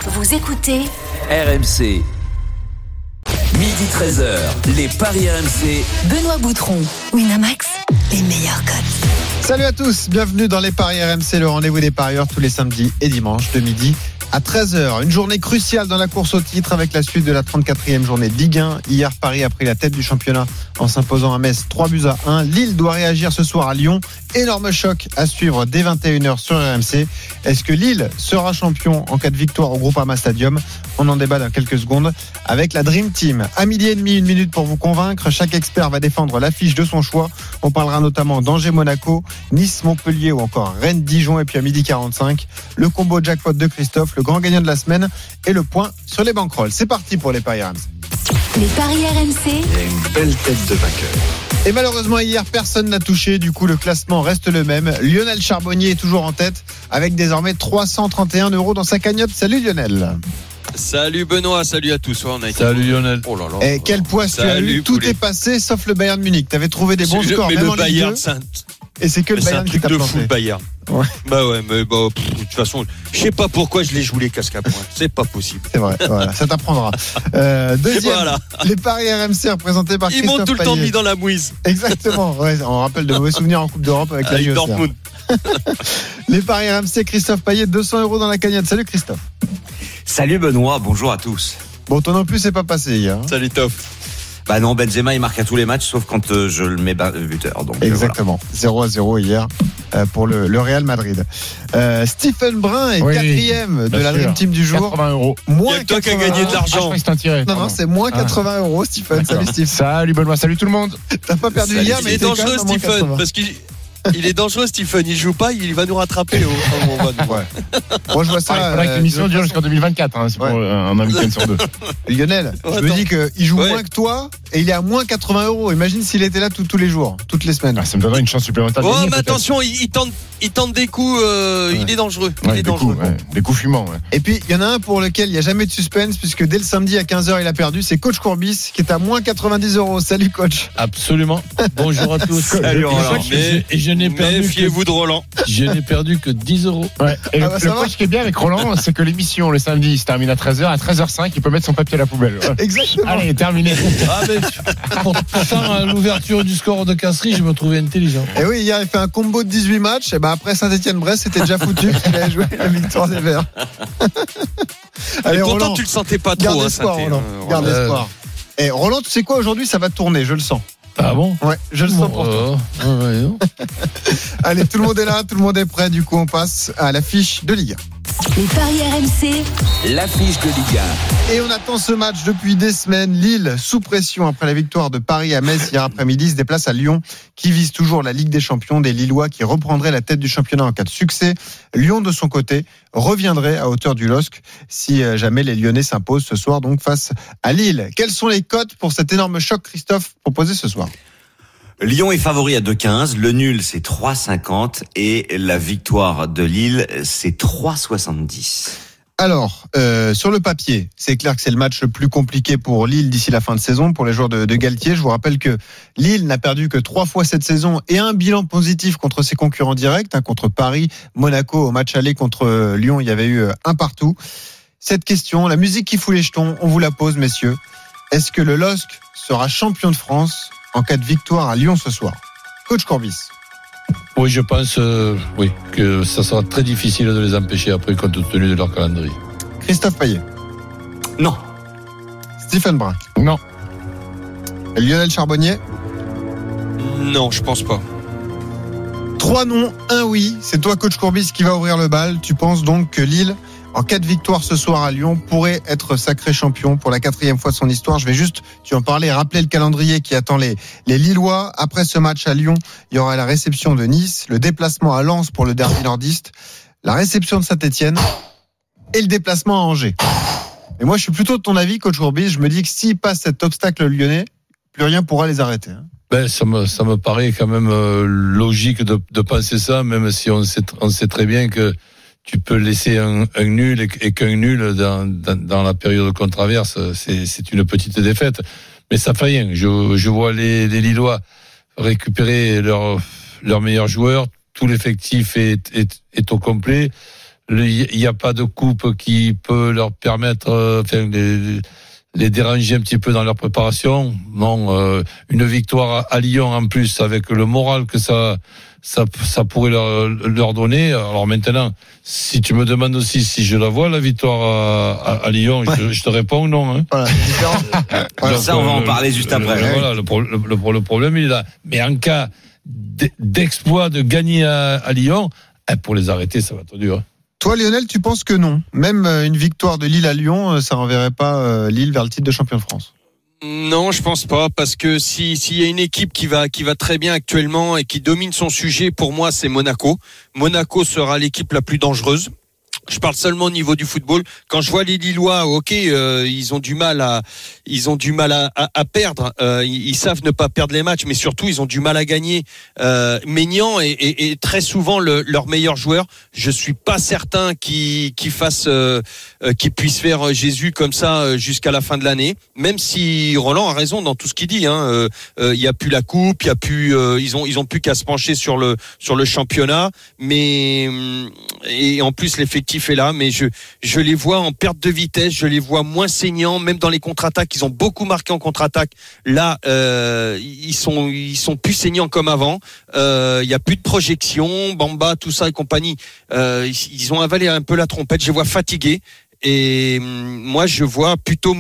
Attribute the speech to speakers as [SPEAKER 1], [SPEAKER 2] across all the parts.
[SPEAKER 1] Vous écoutez
[SPEAKER 2] RMC. Midi 13h, les paris RMC.
[SPEAKER 1] Benoît Boutron, Winamax, les meilleurs cotes.
[SPEAKER 3] Salut à tous, bienvenue dans les paris RMC, le rendez-vous des parieurs tous les samedis et dimanches de midi à 13h. Une journée cruciale dans la course au titre avec la suite de la 34e journée de Ligue 1. Hier, Paris a pris la tête du championnat en s'imposant à Metz 3-1. Lille doit réagir ce soir à Lyon. Énorme choc à suivre dès 21h sur RMC. Est-ce que Lille sera champion en cas de victoire au Groupama Stadium ? On en débat dans quelques secondes avec la Dream Team. À midi et demi, une minute pour vous convaincre. Chaque expert va défendre l'affiche de son choix. On parlera notamment d'Angers-Monaco, Nice-Montpellier ou encore Rennes-Dijon. Et puis à midi 45, le combo jackpot de Christophe, le grand gagnant de la semaine et le point sur les banquerolles. C'est parti pour les paris RMC.
[SPEAKER 1] Les paris RMC.
[SPEAKER 3] Il y a une belle tête de vainqueur. Et malheureusement hier personne n'a touché, du coup le classement reste le même. Lionel Charbonnier est toujours en tête avec désormais 331 € dans sa cagnotte. Salut Lionel.
[SPEAKER 4] Salut Benoît, salut à tous. Ouais,
[SPEAKER 5] salut Lionel.
[SPEAKER 4] Oh là là.
[SPEAKER 3] Et quel poids tu as eu ? Tout est passé sauf le Bayern Munich. Tu avais trouvé des bons scores,
[SPEAKER 4] mais
[SPEAKER 3] même
[SPEAKER 4] le
[SPEAKER 3] en Ligue
[SPEAKER 4] Bayern,
[SPEAKER 3] 2. Et c'est que le Bayern qui t'a planté.
[SPEAKER 4] C'est un truc de fou, le Bayern.
[SPEAKER 3] Ouais.
[SPEAKER 4] Bah ouais, mais de toute façon, je sais pas pourquoi je les joue les casques à points. C'est pas possible.
[SPEAKER 3] C'est vrai, voilà, ça t'apprendra. Deuxième,
[SPEAKER 4] voilà.
[SPEAKER 3] Les paris RMC représentés par Christophe Payet.
[SPEAKER 4] Ils m'ont tout le temps mis dans la mouise.
[SPEAKER 3] Exactement, ouais, on rappelle de mauvais souvenirs en Coupe d'Europe avec la UEC.
[SPEAKER 4] Dortmund.
[SPEAKER 3] Les paris RMC, Christophe Payet, 200 € dans la cagnotte. Salut Christophe.
[SPEAKER 6] Salut Benoît, bonjour à tous.
[SPEAKER 3] Bon, toi non plus, c'est pas passé hier.
[SPEAKER 4] Salut Toff.
[SPEAKER 6] Bah non, Benzema il marque à tous les matchs sauf quand je le mets buteur. Donc,
[SPEAKER 3] exactement, voilà. 0-0 hier pour le Real Madrid. Stephen Brun est quatrième de la Dream Team du jour.
[SPEAKER 5] 80 €.
[SPEAKER 4] Il y a que toi qui as gagné de l'argent.
[SPEAKER 3] Non, c'est moins 80 €, Stephen. Salut Stephen.
[SPEAKER 5] Salut Benoît, salut tout le monde.
[SPEAKER 3] T'as pas perdu hier, mais
[SPEAKER 4] il est dangereux Stephen, parce qu'il est dangereux Stephen, il joue pas, il va nous rattraper
[SPEAKER 3] ouais. Moi je vois ça.
[SPEAKER 5] Il faudrait que l'émission dure jusqu'en 2024, c'est pour un week-end sur deux.
[SPEAKER 3] Lionel, je me dis qu'il joue moins que toi et il est à moins 80 €. Imagine s'il était là tous les jours, toutes les semaines.
[SPEAKER 5] Ça me donnerait une chance supplémentaire de gagner,
[SPEAKER 4] mais
[SPEAKER 5] peut-être.
[SPEAKER 4] attention, il tente des coups, il est dangereux.
[SPEAKER 5] Des coups fumants. Ouais.
[SPEAKER 3] Et puis il y en a un pour lequel il n'y a jamais de suspense puisque dès le samedi à 15h il a perdu, c'est coach Courbis qui est à moins 90 €. Salut coach.
[SPEAKER 7] Absolument. Bonjour à tous.
[SPEAKER 4] Salut Roland.
[SPEAKER 7] Et je n'ai perdu
[SPEAKER 4] Méfiez-vous de Roland.
[SPEAKER 7] Je n'ai perdu que 10 €.
[SPEAKER 5] Ouais. Et le coach qui est bien avec Roland, c'est que l'émission le samedi se termine à 13h. À 13h05, il peut mettre son papier à la poubelle. Ouais.
[SPEAKER 3] Exactement.
[SPEAKER 5] Allez, terminé.
[SPEAKER 7] Pourtant, à l'ouverture du score de Casserie, je me trouvais intelligent.
[SPEAKER 3] Et oui, hier il fait un combo de 18 matchs. Et après Saint-Étienne-Brest, c'était déjà foutu parce qu'il avait joué la victoire des Verts.
[SPEAKER 4] Allez, pourtant,
[SPEAKER 3] Roland,
[SPEAKER 4] tu le sentais pas trop.
[SPEAKER 3] Garde espoir, Roland. Garde espoir. Et Roland, tu sais quoi, aujourd'hui, ça va tourner, je le sens.
[SPEAKER 7] Ah bon ?
[SPEAKER 3] Ouais, je le sens pour toi. Allez, tout le monde est là, tout le monde est prêt. Du coup, on passe à l'affiche de Ligue 1.
[SPEAKER 1] Les paris RMC.
[SPEAKER 2] L'affiche de Ligue 1.
[SPEAKER 3] Et on attend ce match depuis des semaines. Lille, sous pression après la victoire de Paris à Metz hier après-midi, se déplace à Lyon, qui vise toujours la Ligue des Champions. Des Lillois qui reprendraient la tête du championnat en cas de succès. Lyon, de son côté, reviendrait à hauteur du LOSC si jamais les Lyonnais s'imposent ce soir, donc face à Lille. Quels sont les cotes pour cet énorme choc, Christophe, proposé ce soir ?
[SPEAKER 6] Lyon est favori à 2,15, le nul c'est 3,50 et la victoire de Lille c'est 3,70.
[SPEAKER 3] Alors, sur le papier, c'est clair que c'est le match le plus compliqué pour Lille d'ici la fin de saison, pour les joueurs de Galtier. Je vous rappelle que Lille n'a perdu que 3 fois cette saison et un bilan positif contre ses concurrents directs, contre Paris, Monaco. Au match aller contre Lyon, il y avait eu un partout. Cette question, la musique qui fout les jetons, on vous la pose, messieurs. Est-ce que le LOSC sera champion de France en cas de victoire à Lyon ce soir? Coach Courbis.
[SPEAKER 7] Oui, je pense que ça sera très difficile de les empêcher après compte tenu de leur calendrier.
[SPEAKER 3] Christophe Payet.
[SPEAKER 6] Non.
[SPEAKER 3] Stephen Brun.
[SPEAKER 5] Non.
[SPEAKER 3] Lionel Charbonnier.
[SPEAKER 4] Non, je pense pas.
[SPEAKER 3] 3 non, 1 oui. C'est toi, coach Courbis, qui va ouvrir le bal. Tu penses donc que Lille, en cas de victoire ce soir à Lyon, pourrait être sacré champion pour la 4e fois de son histoire. Je vais juste, tu en parlais, rappeler le calendrier qui attend les Lillois. Après ce match à Lyon, il y aura la réception de Nice, le déplacement à Lens pour le derby nordiste, la réception de Saint-Etienne et le déplacement à Angers. Et moi, je suis plutôt de ton avis, coach Courbis. Je me dis que s'ils passent cet obstacle lyonnais, plus rien pourra les arrêter.
[SPEAKER 7] Ça me paraît quand même logique de penser ça, même si on sait très bien que tu peux laisser un nul et qu'un nul dans la période contraverse, c'est une petite défaite. Mais ça fait rien. Je vois les Lillois récupérer leurs meilleurs joueurs. Tout l'effectif est au complet. il n'y a pas de coupe qui peut leur permettre, les déranger un petit peu dans leur préparation. Non, une victoire à Lyon en plus avec le moral que ça pourrait leur donner. Alors maintenant, si tu me demandes aussi si je la vois la victoire à Lyon, je te réponds non. Hein.
[SPEAKER 3] Voilà, c'est différent.
[SPEAKER 6] Alors ça, on va en parler juste après.
[SPEAKER 7] Voilà, le problème il est là. Mais en cas d'exploit de gagner à Lyon, pour les arrêter, ça va être dur.
[SPEAKER 3] Toi, Lionel, tu penses que non? Même une victoire de Lille à Lyon, ça renverrait pas Lille vers le titre de champion de France?
[SPEAKER 4] Non, je pense pas, parce que s'il y a une équipe qui va très bien actuellement et qui domine son sujet, pour moi, c'est Monaco. Monaco sera l'équipe la plus dangereuse. Je parle seulement au niveau du football. Quand je vois les Lillois, ils ont du mal à perdre. Ils savent ne pas perdre les matchs, mais surtout ils ont du mal à gagner. Maignan est très souvent leur meilleur joueur. Je suis pas certain qu'il puisse faire Jésus comme ça jusqu'à la fin de l'année. Même si Roland a raison dans tout ce qu'il dit. Il y a plus la coupe, il y a plus, ils ont plus qu'à se pencher sur le championnat. Mais et en plus l'effectif est là, mais je les vois en perte de vitesse, je les vois moins saignants, même dans les contre-attaques, ils ont beaucoup marqué en contre-attaque. Là, ils sont plus saignants comme avant. Il y a plus de projection, Bamba, tout ça et compagnie. Ils ont avalé un peu la trompette. Je les vois fatigués. Et moi, je vois plutôt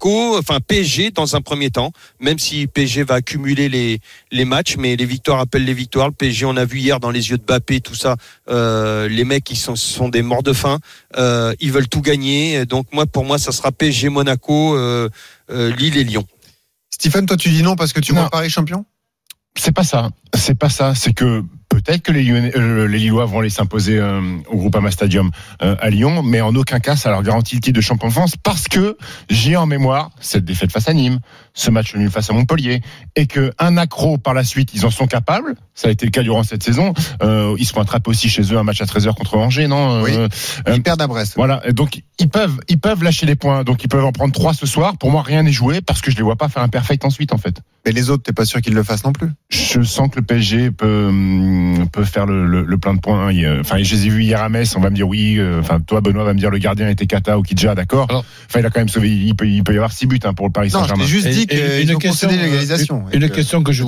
[SPEAKER 4] PSG dans un premier temps, même si PSG va accumuler les matchs, mais les victoires appellent les victoires. Le PSG, on a vu hier dans les yeux de Mbappé, tout ça, les mecs, ils sont des morts de faim, ils veulent tout gagner. Donc pour moi, ça sera PSG, Monaco, Lille et Lyon.
[SPEAKER 3] Stephen, toi, tu dis non parce que tu vois Paris champion?
[SPEAKER 5] C'est pas ça. C'est que peut-être que les Lillois vont aller s'imposer au Groupama Stadium à Lyon, mais en aucun cas ça leur garantit le titre de champion de France, parce que j'ai en mémoire cette défaite face à Nîmes, ce match nul face à Montpellier, et que un accro par la suite, ils en sont capables. Ça a été le cas durant cette saison. Ils se font attraper aussi chez eux un match à 13h contre Angers, non?
[SPEAKER 3] Oui. Ils perdent à Brest.
[SPEAKER 5] Voilà. Donc ils peuvent lâcher les points. Donc ils peuvent en prendre 3 ce soir. Pour moi, rien n'est joué parce que je les vois pas faire un perfect ensuite, en fait.
[SPEAKER 3] Mais les autres, t'es pas sûr qu'ils le fassent non plus?
[SPEAKER 5] Je sens que le PSG peut faire le plein de points. Enfin, je les ai vus hier à Metz. On va me dire oui. Enfin, toi, Benoît, va me dire le gardien était Kata ou Kidja, d'accord. Enfin, il a quand même sauvé. Il peut y avoir 6 buts pour le Paris Saint-Germain.
[SPEAKER 3] Non, je t'ai juste dit qu'ils ont concédé l'égalisation.
[SPEAKER 7] Une question que je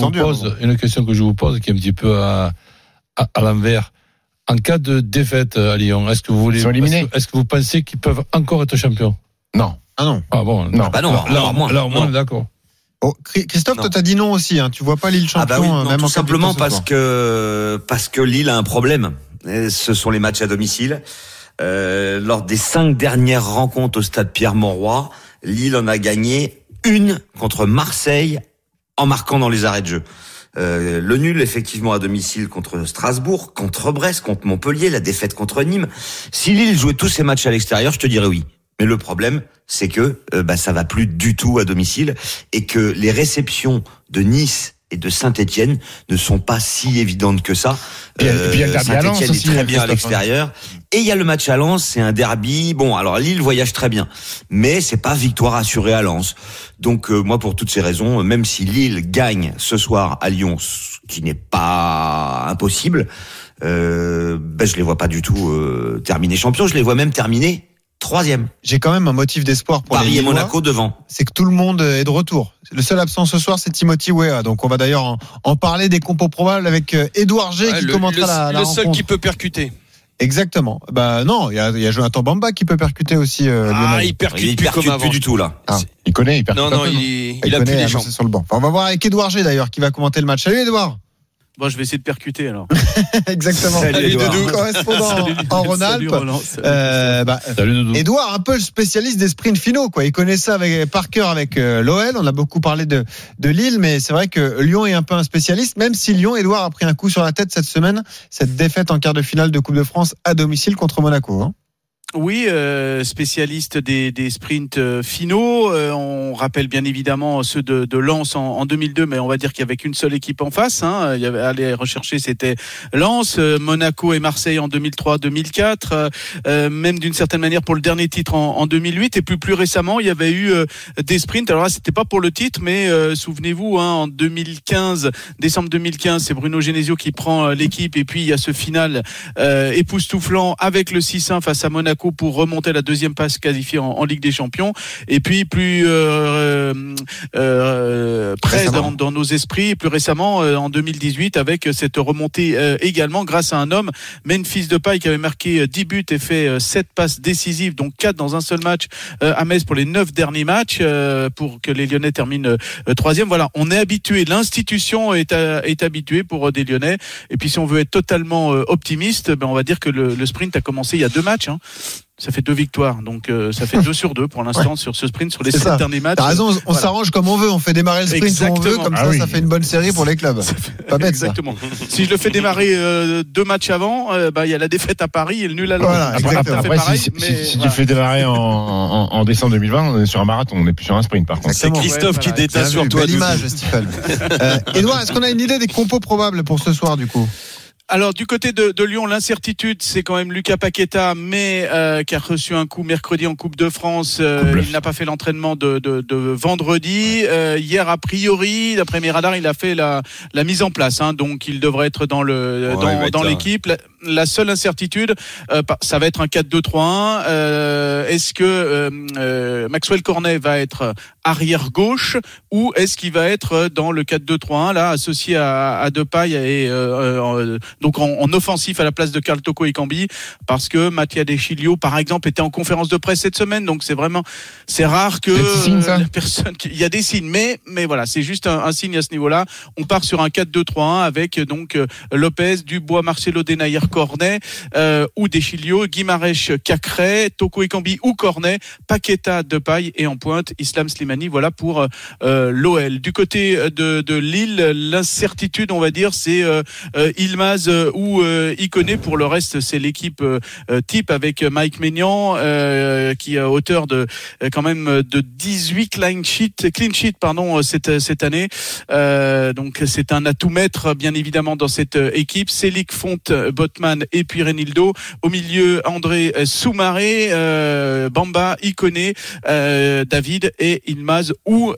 [SPEAKER 7] vous pose, qui est un petit peu à l'envers. En cas de défaite à Lyon, est-ce que vous pensez qu'ils peuvent encore être champions?
[SPEAKER 5] Non.
[SPEAKER 3] Ah non.
[SPEAKER 7] Ah bon.
[SPEAKER 6] Non. Bah non.
[SPEAKER 7] Là, au moins, d'accord.
[SPEAKER 3] Oh, Christophe, toi t'as dit non aussi, hein. Tu vois pas Lille champion,
[SPEAKER 6] non,
[SPEAKER 3] même
[SPEAKER 6] tout
[SPEAKER 3] en
[SPEAKER 6] simplement parce que Lille a un problème. Ce sont les matchs à domicile. Lors des 5 dernières rencontres au stade Pierre-Mauroy, Lille en a gagné 1 contre Marseille en marquant dans les arrêts de jeu. Le nul effectivement à domicile contre Strasbourg, contre Brest, contre Montpellier, la défaite contre Nîmes. Si Lille jouait tous ces matchs à l'extérieur, je te dirais oui. Mais le problème, c'est que ça va plus du tout à domicile, et que les réceptions de Nice et de Saint-Etienne ne sont pas si évidentes que ça. Saint-Etienne est très bien à l'extérieur. Et il y a le match à Lens, c'est un derby. Bon, alors Lille voyage très bien, mais c'est pas victoire assurée à Lens. Donc moi, pour toutes ces raisons, même si Lille gagne ce soir à Lyon, ce qui n'est pas impossible, je les vois pas du tout terminer champion. Je les vois même terminer 3e.
[SPEAKER 3] J'ai quand même un motif d'espoir pour
[SPEAKER 6] Paris
[SPEAKER 3] les Lillois.
[SPEAKER 6] et Monaco devant.
[SPEAKER 3] C'est que tout le monde est de retour. Le seul absent ce soir, c'est Timothy Weah. Donc on va d'ailleurs en parler des compos probables avec Édouard G qui commentera la rencontre.
[SPEAKER 4] Le seul qui peut percuter.
[SPEAKER 3] Exactement. Bah non, il y a Jonathan Bamba qui peut percuter aussi.
[SPEAKER 4] Il percute
[SPEAKER 6] plus du tout là.
[SPEAKER 5] Il connaît, il percute.
[SPEAKER 4] Non, il a plus les jambes
[SPEAKER 3] sur le banc. Enfin, on va voir avec Édouard G d'ailleurs qui va commenter le match. Salut Édouard.
[SPEAKER 8] Bon, je vais essayer de percuter alors.
[SPEAKER 3] Exactement.
[SPEAKER 6] Salut Édouard.
[SPEAKER 3] Correspondant en Rhône-Alpes.
[SPEAKER 7] Salut Doudou.
[SPEAKER 3] Édouard, un peu le spécialiste des sprints finaux, quoi. Il connaît ça par cœur avec l'OL. On a beaucoup parlé de Lille, mais c'est vrai que Lyon est un peu un spécialiste, même si Lyon, Édouard, a pris un coup sur la tête cette semaine, cette défaite en quart de finale de Coupe de France à domicile contre Monaco. Hein.
[SPEAKER 8] Oui, spécialiste des sprints finaux. On rappelle bien évidemment ceux de Lens en 2002, mais on va dire qu'il y avait qu'une seule équipe en face. Il y avait à aller rechercher, c'était Lens, Monaco et Marseille en 2003-2004. Même d'une certaine manière pour le dernier titre en 2008. Et plus récemment, il y avait eu des sprints. Alors là, c'était pas pour le titre, mais souvenez-vous, en 2015, décembre 2015, c'est Bruno Genesio qui prend l'équipe. Et puis il y a ce final époustouflant avec le 6-1 face à Monaco pour remonter la deuxième place qualifiée en Ligue des Champions. Et puis plus près dans nos esprits, plus récemment en 2018 avec cette remontée également grâce à un homme, Memphis Depay, qui avait marqué 10 buts et fait 7 passes décisives, donc 4 dans un seul match à Metz pour les 9 derniers matchs pour que les Lyonnais terminent 3e. Voilà, on est habitué, l'institution est habituée pour des Lyonnais. Et puis si on veut être totalement optimiste, on va dire que le sprint a commencé il y a 2 matchs. Ça fait 2 victoires, donc ça fait 2 sur 2 pour l'instant sur ce sprint, sur les 7 derniers matchs.
[SPEAKER 3] T'as raison, on s'arrange comme on veut, on fait démarrer le sprint
[SPEAKER 8] Exactement.
[SPEAKER 3] où on veut, comme ça fait une bonne série pour les clubs. Pas bête.
[SPEAKER 8] Exactement. Si je le fais démarrer 2 matchs avant, il y a la défaite à Paris et le nul à Londres.
[SPEAKER 3] Voilà,
[SPEAKER 5] après, si tu fais démarrer en décembre 2020, on est sur un marathon, on n'est plus sur un sprint par contre.
[SPEAKER 4] C'est Christophe qui détache sur toi.
[SPEAKER 3] Belle image, Stéphane. Edouard, est-ce qu'on a une idée des compos probables pour ce soir du coup?
[SPEAKER 8] Alors du côté de Lyon, l'incertitude, c'est quand même Lucas Paqueta, mais qui a reçu un coup mercredi en Coupe de France. Il n'a pas fait l'entraînement de vendredi. Hier, a priori, d'après mes radars, il a fait la mise en place. Donc il devrait être dans l'équipe. La seule incertitude, ça va être un 4-2-3-1. Est-ce que Maxwell Cornet va être arrière gauche ou est-ce qu'il va être dans le 4-2-3-1 là associé à Depay et donc en offensif à la place de Karl Toko Ekambi, parce que Mattia Deschilio par exemple était en conférence de presse cette semaine, donc c'est rare que il y a des signes, mais voilà, c'est juste un signe à ce niveau-là. On part sur un 4-2-3-1 avec donc Lopez, Dubois, Marcelo, Denayer, Cornet ou Deschilio, Guimarães, Cacré, Toko Ekambi ou Cornet, Paqueta, Depay et en pointe Islam Slimani. Voilà pour l'OL. Du côté de Lille, l'incertitude, on va dire, c'est Yilmaz ou Ikoné. Pour le reste, c'est l'équipe type avec Mike Maignan qui est auteur de quand même de 18 clean sheet cette année. Donc c'est un atout maître bien évidemment dans cette équipe. Célic, Fonte, Botman et puis Renildo. Au milieu, André Soumaré, Bamba, Ikoné, David et Yilmaz ou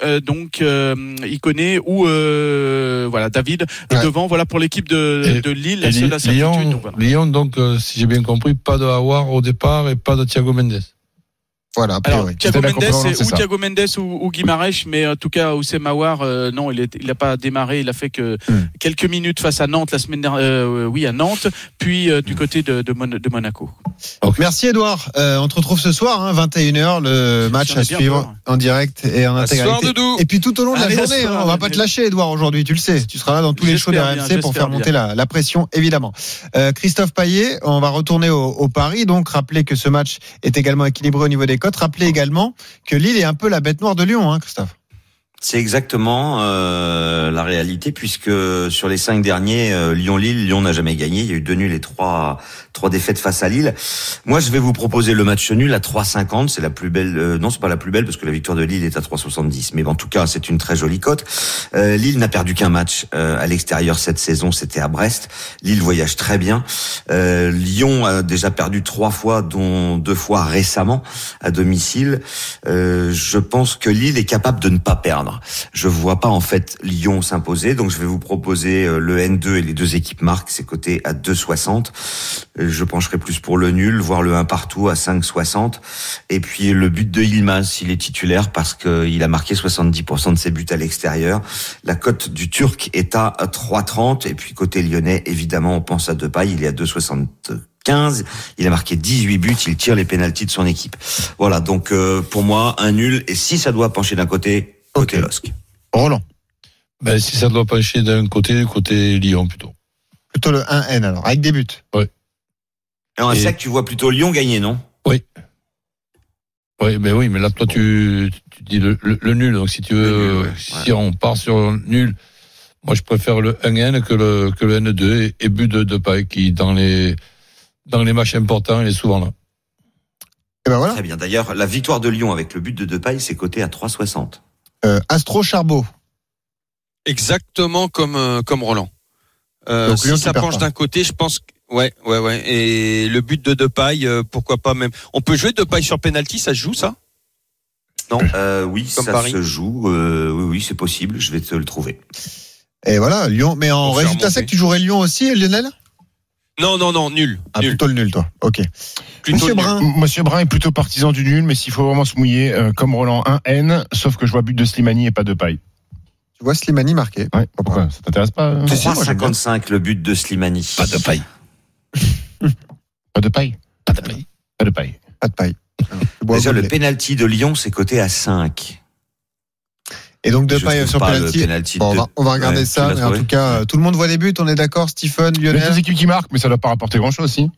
[SPEAKER 8] Ikoné ou voilà David devant. Voilà pour l'équipe de Lille. La seule incertitude.
[SPEAKER 7] Lyon, donc si j'ai bien compris, pas de Aouar au départ et pas de Thiago Mendes.
[SPEAKER 3] Voilà,
[SPEAKER 8] alors Thiago Mendes ou Guimarães, mais en tout cas Oussem Aouar, non, il n'a pas démarré, il a fait que quelques minutes face à Nantes la semaine dernière, à Nantes, puis du côté de Monaco.
[SPEAKER 3] Okay. Merci Edouard, on te retrouve ce soir 21h, le match à suivre en direct et en intégralité. Et puis tout au long de la journée, on va pas te lâcher Edouard aujourd'hui, tu le sais, tu seras là dans tous les shows d'RMC pour faire monter la pression évidemment. Christophe Payet, on va retourner au Paris, donc rappeler que ce match est également équilibré au niveau des cotes. Rappelez également que Lille est un peu la bête noire de Lyon, Christophe.
[SPEAKER 6] C'est exactement la réalité, puisque sur les 5 derniers, Lyon n'a jamais gagné. Il y a eu 2 nuls et 3 défaites face à Lille. Moi, je vais vous proposer le match nul à 3,50. C'est la plus belle. Non, c'est pas la plus belle parce que la victoire de Lille est à 3,70. Mais en tout cas, c'est une très jolie cote. Lille n'a perdu qu'un match à l'extérieur cette saison. C'était à Brest. Lille voyage très bien. Lyon a déjà perdu 3 fois, dont 2 fois récemment à domicile. Je pense que Lille est capable de ne pas perdre. Je vois pas en fait Lyon s'imposer, donc je vais vous proposer le N2 et les 2 équipes marquent, c'est coté à 2,60. Je pencherai plus pour le nul, voire le 1 partout à 5,60. Et puis le but de Yilmaz, s'il est titulaire, parce qu'il a marqué 70% de ses buts à l'extérieur. La cote du Turc est à 3,30. Et puis côté lyonnais, évidemment, on pense à Depay, il est à 2,75. Il a marqué 18 buts, il tire les pénaltys de son équipe. Voilà, donc pour moi, un nul. Et si ça doit pencher d'un côté LOSC.
[SPEAKER 3] Roland.
[SPEAKER 7] Si ça doit pencher d'un côté Lyon plutôt.
[SPEAKER 3] Plutôt le 1N alors, avec des buts.
[SPEAKER 7] Oui.
[SPEAKER 6] Et en sec, tu vois plutôt Lyon gagner, non ?
[SPEAKER 7] Oui. Oui, mais là, toi, tu dis le nul. Donc, si tu veux, on part sur un nul, moi, je préfère le 1N que le N2 et but de Depay qui, dans les matchs importants, il est souvent là.
[SPEAKER 3] Et ben voilà.
[SPEAKER 6] Très bien. D'ailleurs, la victoire de Lyon avec le but de Depay, c'est coté à 3,60.
[SPEAKER 3] Astro Charbot.
[SPEAKER 4] Exactement comme Roland.
[SPEAKER 3] Donc,
[SPEAKER 4] si
[SPEAKER 3] Lyon
[SPEAKER 4] ça penche d'un côté, je pense que ouais. Et le but de Depay, pourquoi pas même. On peut jouer Depay sur penalty, ça se joue ça? Non.
[SPEAKER 6] Oui,
[SPEAKER 4] Comme
[SPEAKER 6] ça
[SPEAKER 4] Paris.
[SPEAKER 6] se joue. Oui, c'est possible. Je vais te le trouver.
[SPEAKER 3] Et voilà, Lyon. Mais en
[SPEAKER 4] Pour faire
[SPEAKER 3] résultat
[SPEAKER 4] monter.
[SPEAKER 3] sec, tu jouerais Lyon aussi, Lionel?
[SPEAKER 4] Non, nul.
[SPEAKER 3] Ah,
[SPEAKER 4] Nul.
[SPEAKER 3] plutôt le nul, toi. Ok.
[SPEAKER 4] Plutôt
[SPEAKER 3] Monsieur
[SPEAKER 4] nul.
[SPEAKER 3] Brun.
[SPEAKER 5] Monsieur Brun est plutôt partisan du nul, mais s'il faut vraiment se mouiller, comme Roland, un N, sauf que je vois but de Slimani et pas de Paille.
[SPEAKER 3] Tu vois Slimani marqué.
[SPEAKER 5] Ouais, pourquoi? Ça t'intéresse pas?
[SPEAKER 3] Si, si, moi, j'aime bien.
[SPEAKER 6] 3,55 le but de Slimani.
[SPEAKER 7] Pas de paille.
[SPEAKER 5] Pas de Paille?
[SPEAKER 7] Pas de paille.
[SPEAKER 5] Pas de Paille.
[SPEAKER 3] Pas de paille. Je bois
[SPEAKER 6] Déjà,
[SPEAKER 3] au
[SPEAKER 6] le
[SPEAKER 3] gobelet.
[SPEAKER 6] penalty de Lyon, c'est coté à 5.
[SPEAKER 3] Et donc de
[SPEAKER 6] Je
[SPEAKER 3] paille
[SPEAKER 6] trouve
[SPEAKER 3] sur
[SPEAKER 6] pas le
[SPEAKER 3] penalty.
[SPEAKER 6] penalty
[SPEAKER 3] Bon,
[SPEAKER 6] de-
[SPEAKER 3] on va regarder
[SPEAKER 6] Ouais,
[SPEAKER 3] ça,
[SPEAKER 6] tu l'as
[SPEAKER 3] mais en
[SPEAKER 6] trouvé
[SPEAKER 3] tout cas, tout le monde voit les buts, on est d'accord, Stephen,
[SPEAKER 5] Il y a deux
[SPEAKER 3] Lionel.
[SPEAKER 5] équipes qui marquent, mais ça doit pas rapporter grand chose, si.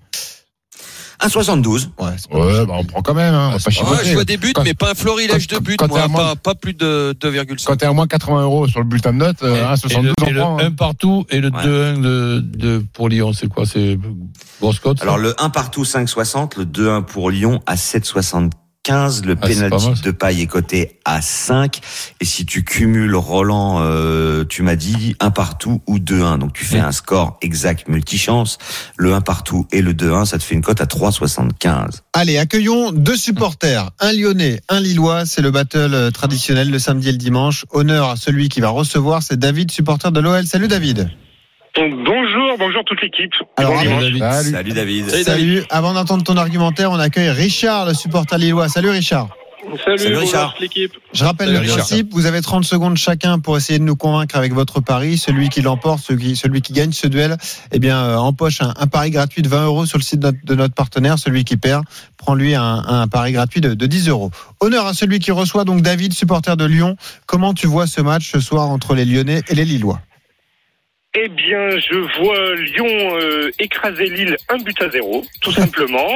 [SPEAKER 6] 1,72.
[SPEAKER 3] Ouais, c'est pas
[SPEAKER 5] Ouais, bah, on prend quand même, hein. On va pas
[SPEAKER 4] Ouais,
[SPEAKER 5] chipoter.
[SPEAKER 4] je vois des buts,
[SPEAKER 5] Quand-
[SPEAKER 4] mais pas un florilège de buts,
[SPEAKER 5] quand t'es à
[SPEAKER 4] moi,
[SPEAKER 5] moins-
[SPEAKER 4] pas plus de 2,5.
[SPEAKER 5] Quand t'es à moins 80 € sur le bulletin de notes, 1,72,
[SPEAKER 7] Et
[SPEAKER 5] on
[SPEAKER 7] le
[SPEAKER 5] prend.
[SPEAKER 7] 1 partout et le
[SPEAKER 6] Ouais.
[SPEAKER 7] 2-1 pour Lyon, c'est quoi? C'est grosse cote?
[SPEAKER 6] Alors, le 1 partout, 5,60. Le 2-1 pour Lyon à 7,75. Le
[SPEAKER 7] Ah, c'est pas
[SPEAKER 6] penalty
[SPEAKER 7] mal, ça.
[SPEAKER 6] de Paille est coté à 5. Et si tu cumules Roland, tu m'as dit 1 partout ou 2-1. Donc, tu fais un score exact multichance. Le 1 partout et le 2-1, ça te fait une cote à 3,75.
[SPEAKER 3] Allez, accueillons deux supporters, un Lyonnais, un Lillois. C'est le battle traditionnel le samedi et le dimanche. Honneur à celui qui va recevoir, c'est David, supporter de l'OL. Salut David.
[SPEAKER 9] Bonjour toute l'équipe.
[SPEAKER 3] Alors,
[SPEAKER 9] Bon
[SPEAKER 3] avant-
[SPEAKER 9] dimanche.
[SPEAKER 5] Salut.
[SPEAKER 6] Salut David.
[SPEAKER 3] Salut. Avant d'entendre ton argumentaire, on accueille Richard, le supporter lillois. Salut Richard.
[SPEAKER 6] Salut, Richard.
[SPEAKER 9] toute l'équipe.
[SPEAKER 3] Je rappelle
[SPEAKER 4] Salut,
[SPEAKER 3] le
[SPEAKER 4] Richard.
[SPEAKER 3] principe. Vous avez 30 secondes chacun pour essayer de nous convaincre avec votre pari. Celui qui l'emporte, celui qui gagne ce duel, eh bien, empoche un pari gratuit de 20 € sur le site de notre partenaire. Celui qui perd prend lui un pari gratuit de 10 €. Honneur à celui qui reçoit, donc David, supporter de Lyon. Comment tu vois ce match ce soir entre les Lyonnais et les Lillois?
[SPEAKER 9] Eh bien, je vois Lyon écraser Lille 1-0, tout simplement.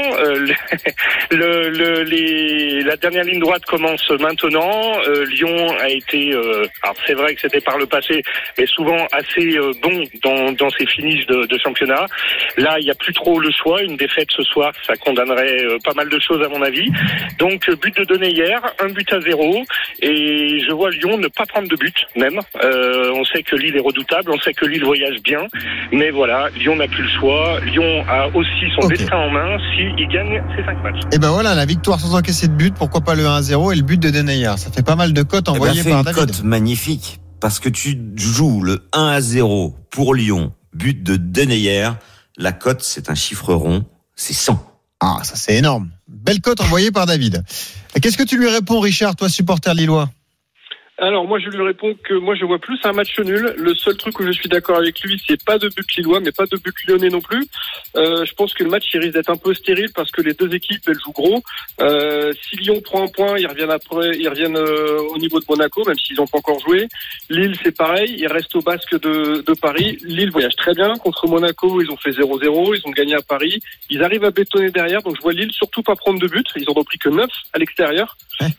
[SPEAKER 9] La dernière ligne droite commence maintenant. Lyon a été, alors c'est vrai que c'était par le passé, mais souvent assez bon dans ses finishes de championnat. Là, il n'y a plus trop le choix. Une défaite ce soir, ça condamnerait pas mal de choses à mon avis. Donc, but de donner hier, 1-0, et je vois Lyon ne pas prendre de but même. On sait que Lille est redoutable, on sait que Lille voyage bien, mais voilà, Lyon n'a plus le choix. Lyon a aussi son
[SPEAKER 3] Ok.
[SPEAKER 9] destin en main s'il gagne ses 5 matchs.
[SPEAKER 3] Eh ben voilà, la victoire sans encaisser de but. Pourquoi pas le 1-0 et le but de Denayer? Ça fait pas mal de cotes envoyées
[SPEAKER 6] fais
[SPEAKER 3] par
[SPEAKER 6] une
[SPEAKER 3] David.
[SPEAKER 6] cote magnifique. Parce que tu joues le 1-0 pour Lyon, but de Denayer. La cote, c'est un chiffre rond. C'est 100.
[SPEAKER 3] Ah, ça c'est énorme. Belle cote envoyée par David. Et qu'est-ce que tu lui réponds, Richard, toi supporter lillois?
[SPEAKER 10] Alors moi je lui réponds que moi je vois plus un match nul. Le seul truc où je suis d'accord avec lui, c'est pas de but lillois, mais pas de but lyonnais non plus. Je pense que le match il risque d'être un peu stérile parce que les deux équipes elles jouent gros. Si Lyon prend un point, ils reviennent au niveau de Monaco, même s'ils n'ont pas encore joué. Lille c'est pareil, ils restent au basque de Paris. Lille voyage très bien contre Monaco, ils ont fait 0-0, ils ont gagné à Paris. Ils arrivent à bétonner derrière, donc je vois Lille surtout pas prendre de but. Ils en ont pris que 9 à l'extérieur.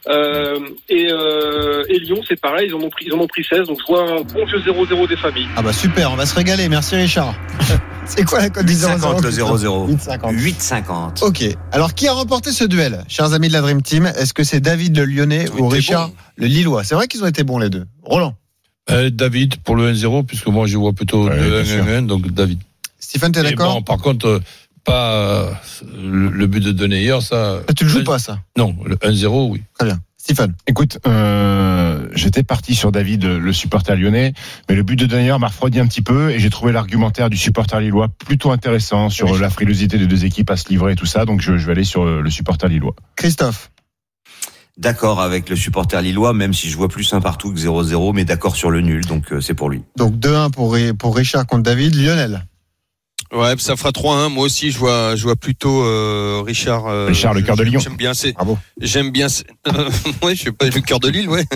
[SPEAKER 10] Et Lyon c'est pareil, ils en ont pris 16, donc je vois un bon vieux 0-0 des familles.
[SPEAKER 3] Ah bah super, on va se régaler. Merci Richard. C'est quoi la cote du 0-0?
[SPEAKER 6] 50 le 0-0.
[SPEAKER 3] 8,50.
[SPEAKER 6] 8,50.
[SPEAKER 3] Ok. Alors qui a remporté ce duel, chers amis de la Dream Team? Est-ce que c'est David le Lyonnais
[SPEAKER 4] Ils ont
[SPEAKER 3] ou
[SPEAKER 4] été
[SPEAKER 3] Richard
[SPEAKER 4] bons.
[SPEAKER 3] le Lillois? C'est vrai qu'ils ont été bons les deux. Roland,
[SPEAKER 7] David pour le 1-0, puisque moi je vois plutôt
[SPEAKER 5] Ouais,
[SPEAKER 7] le
[SPEAKER 5] bien sûr.
[SPEAKER 7] 1-1, donc David.
[SPEAKER 3] Stephen, t'es
[SPEAKER 7] Et
[SPEAKER 3] d'accord?
[SPEAKER 7] bon, par contre, pas le but de Denayer, ça.
[SPEAKER 3] Ah, tu le joues pas ça?
[SPEAKER 7] Non, le 1-0, oui.
[SPEAKER 3] Très bien. Stephen.
[SPEAKER 5] Écoute, j'étais parti sur David, le supporter lyonnais, mais le but de Denayer m'a refroidi un petit peu et j'ai trouvé l'argumentaire du supporter lillois plutôt intéressant sur la frilosité des deux équipes à se livrer et tout ça, donc je vais aller sur le supporter lillois.
[SPEAKER 3] Christophe.
[SPEAKER 6] D'accord avec le supporter lillois, même si je vois plus un partout que 0-0, mais d'accord sur le nul, donc c'est pour lui.
[SPEAKER 3] Donc 2-1 pour Richard contre David. Lionel.
[SPEAKER 4] Ouais, ça fera 3-1. Moi aussi, je vois plutôt Richard.
[SPEAKER 5] Richard, le cœur de Lyon.
[SPEAKER 4] J'aime bien.
[SPEAKER 3] Bravo.
[SPEAKER 4] Ouais, je sais pas le cœur de Lille, ouais.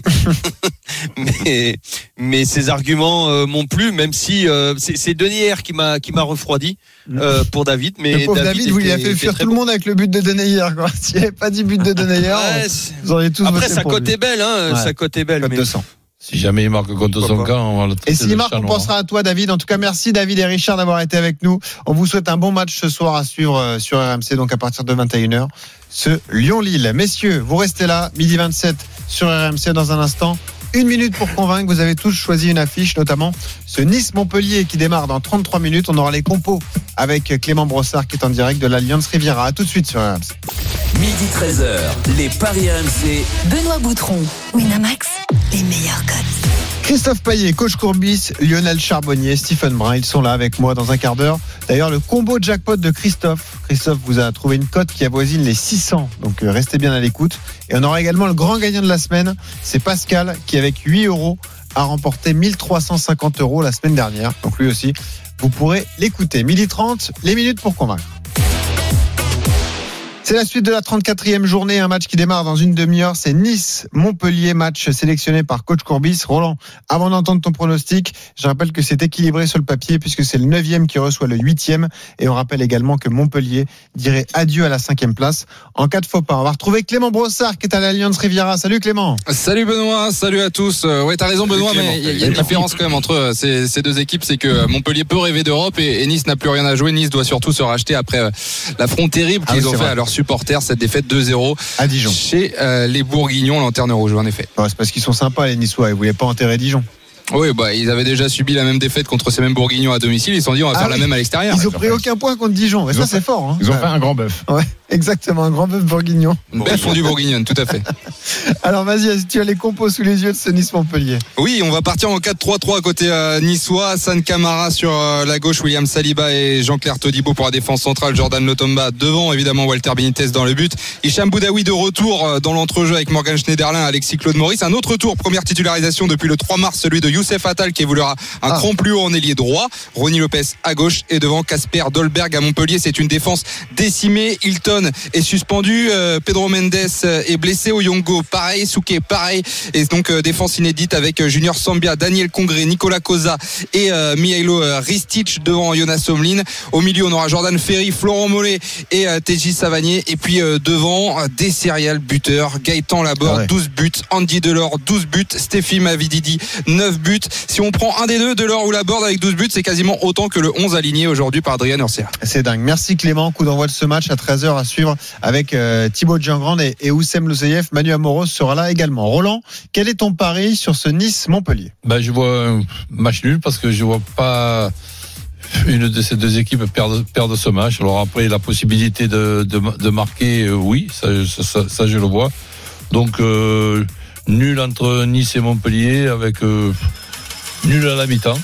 [SPEAKER 4] mais ces arguments m'ont plu, même si c'est Denayer qui m'a refroidi pour David. Mais
[SPEAKER 3] Le pauvre David, vous lui avez fait fuir tout le monde avec le but de Denayer, quoi. S'il n'y avait pas dit but de Denayer,
[SPEAKER 4] Ouais,
[SPEAKER 3] vous auriez tous
[SPEAKER 4] après,
[SPEAKER 3] voté
[SPEAKER 4] sa
[SPEAKER 3] pour
[SPEAKER 4] cote
[SPEAKER 3] lui.
[SPEAKER 4] est belle, hein.
[SPEAKER 3] Ouais.
[SPEAKER 4] Sa cote est belle,
[SPEAKER 3] Cote
[SPEAKER 4] mais
[SPEAKER 3] 200.
[SPEAKER 7] Si jamais il marque contre son camp, on va le traiter.
[SPEAKER 3] Et s'il marque, on pensera à toi, David. En tout cas, merci David et Richard d'avoir été avec nous. On vous souhaite un bon match ce soir à suivre sur RMC, donc à partir de 21h. Ce Lyon-Lille. Messieurs, vous restez là, 12h27 sur RMC dans un instant. 1 minute pour convaincre. Vous avez tous choisi une affiche, notamment ce Nice-Montpellier qui démarre dans 33 minutes. On aura les compos avec Clément Brossard qui est en direct de l'Alliance Riviera. À tout de suite sur RMC.
[SPEAKER 2] Midi 13h, les Paris RMC.
[SPEAKER 1] Benoît Boutron, Winamax, les meilleurs codes.
[SPEAKER 3] Christophe Payet, coach Courbis, Lionel Charbonnier, Stephen Brun, ils sont là avec moi dans un quart d'heure. D'ailleurs, le combo jackpot de Christophe vous a trouvé une cote qui avoisine les 600, donc restez bien à l'écoute. Et on aura également le grand gagnant de la semaine, c'est Pascal qui avec 8 € a remporté 1350 € la semaine dernière. Donc lui aussi, vous pourrez l'écouter. 12h30, les minutes pour convaincre. C'est la suite de la 34e journée, un match qui démarre dans une demi-heure. C'est Nice-Montpellier, match sélectionné par coach Courbis. Roland, avant d'entendre ton pronostic, je rappelle que c'est équilibré sur le papier puisque c'est le 9e qui reçoit le 8e. Et on rappelle également que Montpellier dirait adieu à la 5e place en cas de faux pas. On va retrouver Clément Brossard qui est à l'Alliance Riviera. Salut Clément.
[SPEAKER 11] Salut Benoît, salut à tous. Ouais, t'as raison Benoît, mais il y a une différence quand même entre ces deux équipes, c'est que Montpellier peut rêver d'Europe et Nice n'a plus rien à jouer. Nice doit surtout se racheter après l'affront terrible qu'ils ont fait à leurs supporters, cette défaite 2-0
[SPEAKER 3] à Dijon
[SPEAKER 11] chez les Bourguignons, lanterne rouge en effet.
[SPEAKER 3] C'est parce qu'ils sont sympas les Niçois, ils voulaient pas enterrer Dijon.
[SPEAKER 11] Oui, ils avaient déjà subi la même défaite contre ces mêmes Bourguignons à domicile. Ils se sont dit on va faire la même à l'extérieur.
[SPEAKER 3] Ils ont pris aucun point contre Dijon. Et ça, c'est fort. Hein.
[SPEAKER 5] Ils ont fait un grand bœuf.
[SPEAKER 3] Ouais, exactement, un grand bœuf bourguignon.
[SPEAKER 11] Une belle fondue bourguignonne, tout à fait.
[SPEAKER 3] Alors vas-y, tu as les compos sous les yeux de ce Nice-Montpellier.
[SPEAKER 11] Oui, on va partir en 4-3-3 côté niçois. Hassan Camara sur la gauche, William Saliba et Jean-Claire Todibo pour la défense centrale. Jordan Lotomba devant, évidemment Walter Benitez dans le but. Hicham Boudaoui de retour dans l'entrejeu avec Morgan Schneiderlin, Alexis Claude Maurice. Un autre tour, première titularisation depuis le 3 mars, celui de Youssef Attal qui évoluera un cran plus haut en ailier droit. Ronny Lopez à gauche et devant Casper Dolberg à Montpellier. C'est une défense décimée. Hilton est suspendu, Pedro Mendes est blessé, Oyongo pareil, Souquet pareil, et donc défense inédite avec Junior Sambia, Daniel Congré, Nicolas Cosa et Mihailo Ristic devant Jonas Somlin. Au milieu on aura Jordan Ferry, Florent Mollet et Teji Savanier, et puis devant des serial buteurs, Gaëtan Laborde 12 buts, Andy Delors 12 buts, Stéphie Mavididi 9 buts. Si on prend un des deux, Delors ou Laborde avec 12 buts, c'est quasiment autant que le 11 aligné aujourd'hui par Adrien Urcia.
[SPEAKER 3] C'est dingue. Merci Clément. Coup d'envoi de ce match à 13h à suivre avec Thibaut Djangrand et Oussem Lousseyev. Manu Amoros sera là également. Roland, quel est ton pari sur ce Nice-Montpellier?
[SPEAKER 7] Je vois un match nul parce que je vois pas une de ces deux équipes perdre ce match. Alors après, la possibilité de marquer, oui, ça je le vois. Donc nul entre Nice et Montpellier avec nul à la mi-temps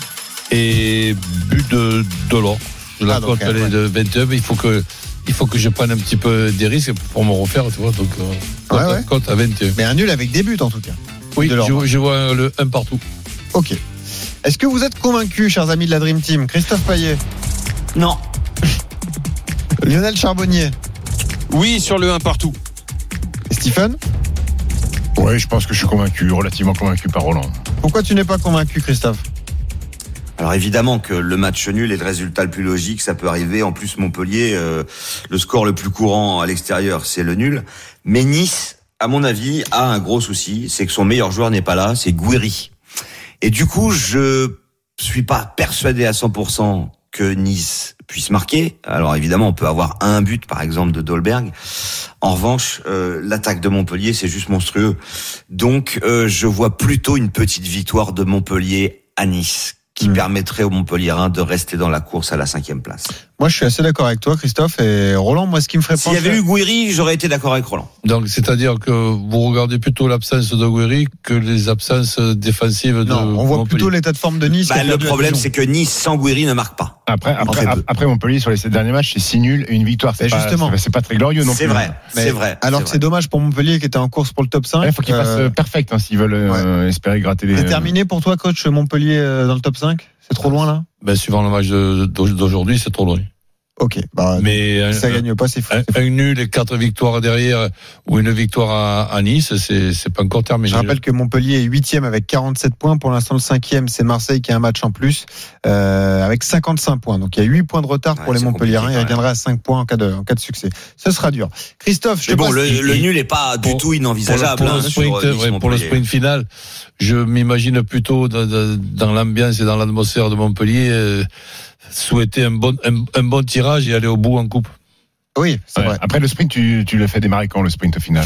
[SPEAKER 7] et but de l'or. La cote elle est de 21, mais il faut que je prenne un petit peu des risques pour me refaire, tu vois. Donc cote à 21.
[SPEAKER 3] Mais un nul avec des buts en tout cas.
[SPEAKER 7] Oui, je vois le 1 partout.
[SPEAKER 3] Ok. Est-ce que vous êtes convaincus, chers amis de la Dream Team? Christophe Payet?
[SPEAKER 6] Non.
[SPEAKER 3] Lionel Charbonnier?
[SPEAKER 4] Oui, sur le 1 partout.
[SPEAKER 3] Et Stephen?
[SPEAKER 5] Oui, je pense que je suis convaincu, relativement convaincu par Roland.
[SPEAKER 3] Pourquoi tu n'es pas convaincu, Christophe?
[SPEAKER 6] Alors évidemment que le match nul est le résultat le plus logique, ça peut arriver. En plus Montpellier, le score le plus courant à l'extérieur, c'est le nul. Mais Nice, à mon avis, a un gros souci, c'est que son meilleur joueur n'est pas là, c'est Gouiri. Et du coup, je suis pas persuadé à 100% que Nice puisse marquer. Alors évidemment, on peut avoir un but, par exemple, de Dolberg. En revanche, l'attaque de Montpellier, c'est juste monstrueux. Donc, je vois plutôt une petite victoire de Montpellier à Nice, qui permettrait aux Montpelliérains de rester dans la course à la 5e place.
[SPEAKER 3] Moi, je suis assez d'accord avec toi, Christophe. Et Roland, moi, ce qui me ferait penser...
[SPEAKER 6] S'il y avait eu Gouiri, j'aurais été d'accord avec Roland.
[SPEAKER 7] Donc, c'est-à-dire que vous regardez plutôt l'absence de Gouiri que les absences défensives de Montpellier.
[SPEAKER 3] Non, on voit plutôt l'état de forme de Nice.
[SPEAKER 6] Le problème, c'est que Nice, sans Gouiri, ne marque pas.
[SPEAKER 5] Après Montpellier, sur les 7 derniers matchs, c'est 6 nuls et une victoire. C'est pas très glorieux non plus.
[SPEAKER 6] C'est vrai.
[SPEAKER 3] Alors que c'est dommage pour Montpellier qui était en course pour le top 5.
[SPEAKER 5] Il faut qu'ils fassent perfect s'ils veulent espérer gratter les...
[SPEAKER 3] C'est terminé pour toi, coach, Montpellier dans le top 5? C'est trop loin là?
[SPEAKER 7] Suivant le match d'aujourd'hui, c'est trop loin.
[SPEAKER 3] Ok, bah,
[SPEAKER 7] Mais
[SPEAKER 3] si ça gagne pas, c'est fou.
[SPEAKER 7] Un nul et 4 victoires derrière ou une victoire à Nice, c'est pas encore terminé.
[SPEAKER 3] Je rappelle que Montpellier est 8e avec 47 points. Pour l'instant, le 5e, c'est Marseille qui a un match en plus avec 55 points. Donc il y a 8 points de retard pour les Montpelliérains. Il reviendra à 5 points en cas de succès. Ce sera dur. Christophe, je
[SPEAKER 6] Mais
[SPEAKER 3] te
[SPEAKER 6] bon,
[SPEAKER 3] passe.
[SPEAKER 6] le nul est pas du tout inenvisageable.
[SPEAKER 7] Pour le sprint final, je m'imagine plutôt dans l'ambiance et dans l'atmosphère de Montpellier souhaiter un bon tirage et aller au bout en coupe.
[SPEAKER 3] Oui, c'est vrai.
[SPEAKER 5] Après le sprint, tu le fais démarrer quand le sprint final?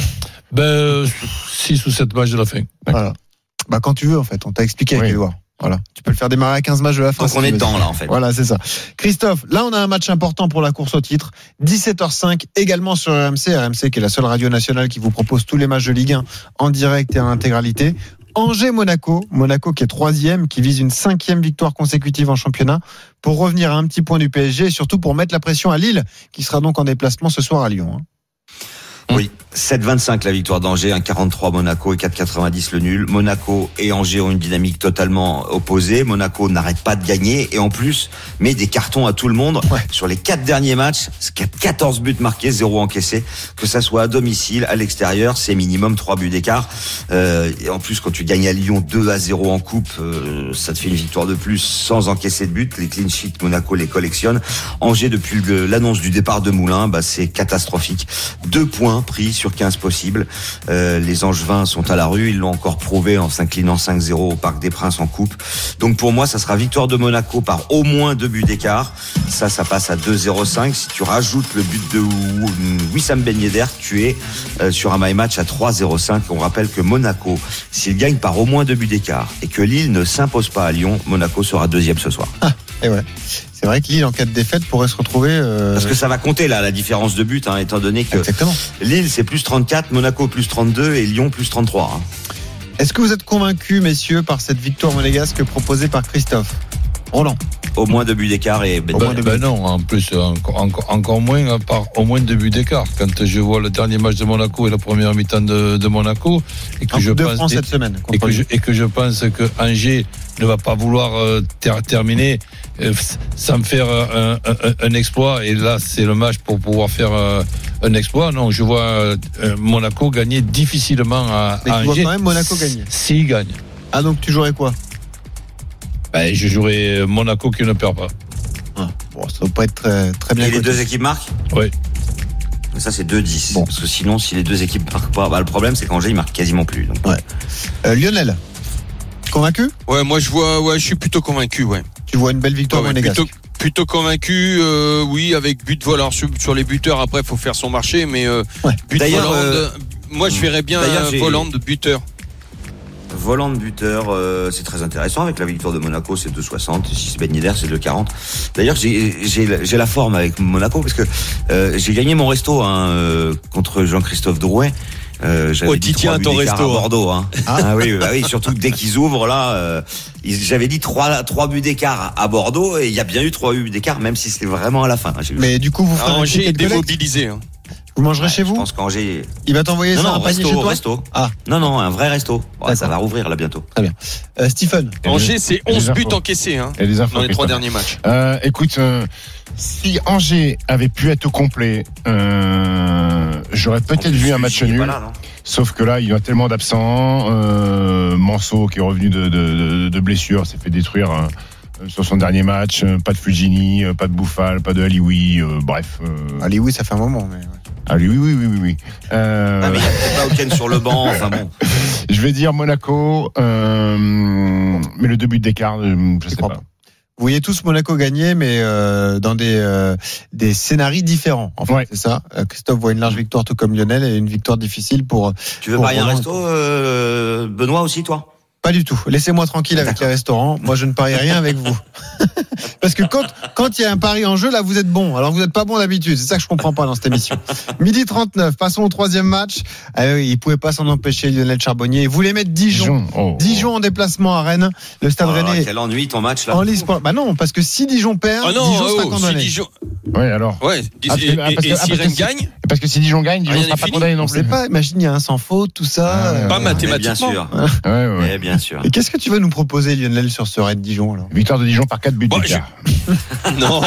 [SPEAKER 7] 6 ou 7 matchs de la fin.
[SPEAKER 3] Voilà. Bah, quand tu veux, en fait. On t'a expliqué avec Edouard. Voilà. Tu peux le faire démarrer à 15 matchs de la fin.
[SPEAKER 6] Donc on est dedans, là, en fait.
[SPEAKER 3] Voilà, c'est ça. Christophe, là, on a un match important pour la course au titre. 17h05, également sur RMC. RMC, qui est la seule radio nationale qui vous propose tous les matchs de Ligue 1 en direct et en intégralité. Angers-Monaco. Monaco qui est 3e, qui vise une 5e victoire consécutive en championnat pour revenir à un petit point du PSG et surtout pour mettre la pression à Lille, qui sera donc en déplacement ce soir à Lyon.
[SPEAKER 6] Oui, 7,25 la victoire d'Angers, 1,43 Monaco et 4,90 le nul. Monaco et Angers ont une dynamique totalement opposée. Monaco n'arrête pas de gagner et en plus met des cartons à tout le monde. Sur les 4 derniers matchs, 14 buts marqués, 0 encaissés. Que ça soit à domicile, à l'extérieur, c'est minimum 3 buts d'écart. Et en plus, quand tu gagnes à Lyon 2-0 en coupe, ça te fait une victoire de plus sans encaisser de but. Les clean sheets, Monaco les collectionne. Angers, depuis l'annonce du départ de Moulin, c'est catastrophique. 2 points pris sur 15 possibles. Les Angevins sont à la rue, ils l'ont encore prouvé en s'inclinant 5-0 au Parc des Princes en coupe. Donc pour moi, ça sera victoire de Monaco par au moins 2 buts d'écart. Ça passe à 2,05. Si tu rajoutes le but de Wissam Ben Yedder, tu es sur un my match à 3,05. On rappelle que Monaco, s'il gagne par au moins 2 buts d'écart et que Lille ne s'impose pas à Lyon, Monaco sera 2e ce soir.
[SPEAKER 3] Et ouais. C'est vrai que Lille, en cas de défaite, pourrait se retrouver...
[SPEAKER 6] Parce que ça va compter, là, la différence de but, étant donné que
[SPEAKER 3] Exactement.
[SPEAKER 6] Lille, c'est plus 34, Monaco plus 32 et Lyon plus 33.
[SPEAKER 3] Est-ce que vous êtes convaincus, messieurs, par cette victoire monégasque proposée par Christophe? Roland?
[SPEAKER 6] Au moins 2 buts d'écart et
[SPEAKER 7] non, en plus, encore moins, à part au moins 2 buts d'écart. Quand je vois le dernier match de Monaco et la première mi-temps de Monaco, et que je pense,
[SPEAKER 3] cette semaine,
[SPEAKER 7] et que je pense que Angers ne va pas vouloir terminer sans faire un exploit, et là c'est le match pour pouvoir faire un exploit. Non, je vois Monaco gagner difficilement à
[SPEAKER 3] Mais
[SPEAKER 7] Angers.
[SPEAKER 3] tu vois quand même Monaco gagner.
[SPEAKER 7] S'il gagne.
[SPEAKER 3] Ah, donc tu jouerais quoi?
[SPEAKER 7] Je jouerais Monaco qui ne perd pas.
[SPEAKER 3] Bon, ça va pas être très bien.
[SPEAKER 6] Et les 2 équipes marquent?
[SPEAKER 7] Oui.
[SPEAKER 6] Ça c'est 2-10. Bon. Parce que sinon, si les 2 équipes marquent pas, le problème c'est qu'Angers il marque quasiment plus. Donc.
[SPEAKER 3] Ouais. Lionel, convaincu?
[SPEAKER 4] Ouais, moi je suis plutôt convaincu, ouais.
[SPEAKER 3] Tu vois une belle victoire monégasque?
[SPEAKER 4] Plutôt convaincu, oui, avec but. Voilà, sur les buteurs, après, il faut faire son marché, mais but
[SPEAKER 6] d'ailleurs,
[SPEAKER 4] moi je verrais bien Voland de buteur.
[SPEAKER 6] Volant de buteur, c'est très intéressant. Avec la victoire de Monaco, c'est 2,60. Si c'est Ben Yedder, c'est 2,40. D'ailleurs, j'ai la forme avec Monaco parce que j'ai gagné mon resto contre Jean-Christophe Drouet. J'avais dit 3 buts d'écart à Bordeaux. Oui, surtout que dès qu'ils ouvrent là, j'avais dit 3 buts d'écart à Bordeaux et il y a bien eu 3 buts d'écart, même si c'était vraiment à la fin.
[SPEAKER 3] Mais du coup, vous ferez
[SPEAKER 4] Angers est démobilisé.
[SPEAKER 3] Vous mangerez chez vous?
[SPEAKER 6] Je pense qu'Angers.
[SPEAKER 3] Il va t'envoyer ça un panier chez toi?
[SPEAKER 6] Resto. Non, un vrai resto. Ça va rouvrir là bientôt.
[SPEAKER 3] Très bien. Stephen.
[SPEAKER 4] Angers, c'est 11 buts encaissés dans les 3 derniers matchs.
[SPEAKER 5] Écoute, si Angers avait pu être au complet, j'aurais peut-être vu un match nul. Sauf que là, il y a tellement d'absents. Manso qui est revenu de blessure, s'est fait détruire. Sur son dernier match, pas de Fujini, pas de Bouffal, pas de Alioui, bref.
[SPEAKER 3] Alioui, ça fait un moment, mais.
[SPEAKER 5] Alioui, oui.
[SPEAKER 6] Mais il n'y a peut-être pas Oken sur le banc, enfin bon.
[SPEAKER 5] Je vais dire Monaco, mais le 2 buts d'écart, je sais pas.
[SPEAKER 3] Vous voyez tous Monaco gagner, mais dans des scénarios différents. En fait, c'est ça. Christophe voit une large victoire, tout comme Lionel, et une victoire difficile pour.
[SPEAKER 6] Tu veux parier un resto, Benoît aussi, toi?
[SPEAKER 3] Pas du tout. Laissez-moi tranquille avec les restaurants. Moi, je ne parie rien avec vous. Parce que quand il y a un pari en jeu, là, vous êtes bon. Alors, vous n'êtes pas bon d'habitude. C'est ça que je comprends pas dans cette émission. 12h39. Passons au 3e match. Il pouvait pas s'en empêcher, Lionel Charbonnier. Il voulait mettre Dijon. Dijon en déplacement à Rennes. Le Stade Rennais.
[SPEAKER 6] Quel ennui ton match, là.
[SPEAKER 3] En lice. Bah non, parce que si Dijon perd, Dijon sera condamné.
[SPEAKER 5] Ouais, alors.
[SPEAKER 4] Ouais. Et si Rennes gagne?
[SPEAKER 5] Parce que si Dijon gagne, Dijon sera pas condamné non plus.
[SPEAKER 3] On sait pas. Imagine, il y a un sans faute, tout ça.
[SPEAKER 4] Pas mathématiquement.
[SPEAKER 6] Bien sûr. Ouais. Bien sûr.
[SPEAKER 3] Et qu'est-ce que tu vas nous proposer, Lionel, sur ce Rennes Dijon alors ?
[SPEAKER 5] Victoire de Dijon par 4 buts d'écart.
[SPEAKER 4] Non,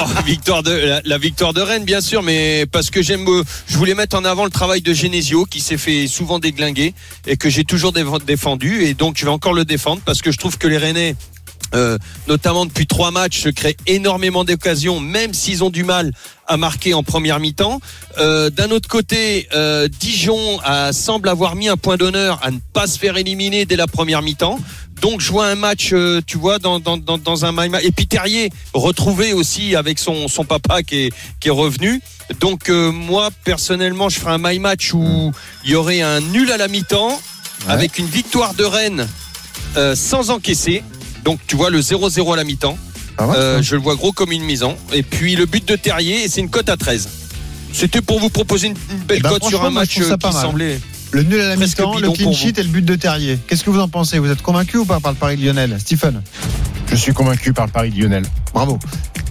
[SPEAKER 4] la victoire de Rennes, bien sûr, mais parce que je voulais mettre en avant le travail de Genesio, qui s'est fait souvent déglinguer et que j'ai toujours défendu, et donc je vais encore le défendre parce que je trouve que les Rennais, notamment depuis 3 matchs, se créent énormément d'occasions, même s'ils ont du mal à marquer en première mi-temps. D'un autre côté, Dijon semble avoir mis un point d'honneur à ne pas se faire éliminer dès la première mi-temps. Donc je vois un match, tu vois, dans un match. Et puis Terrier retrouvé aussi avec son papa qui est revenu. Donc moi personnellement, je ferai un my match où il y aurait un nul à la mi-temps, avec une victoire de Rennes sans encaisser. Donc tu vois le 0-0 à la mi-temps. Je le vois gros comme une maison. Et puis le but de Terrier, et c'est une cote à 13. C'était pour vous proposer une belle cote sur un match qui semblait...
[SPEAKER 3] Le nul à la mi-temps, le clean sheet et le but de Terrier. Qu'est-ce que vous en pensez ? Vous êtes convaincu ou pas par le pari de Lionel ? Stephen ?
[SPEAKER 5] Je suis convaincu par le pari de Lionel.
[SPEAKER 3] Bravo. Christophe ?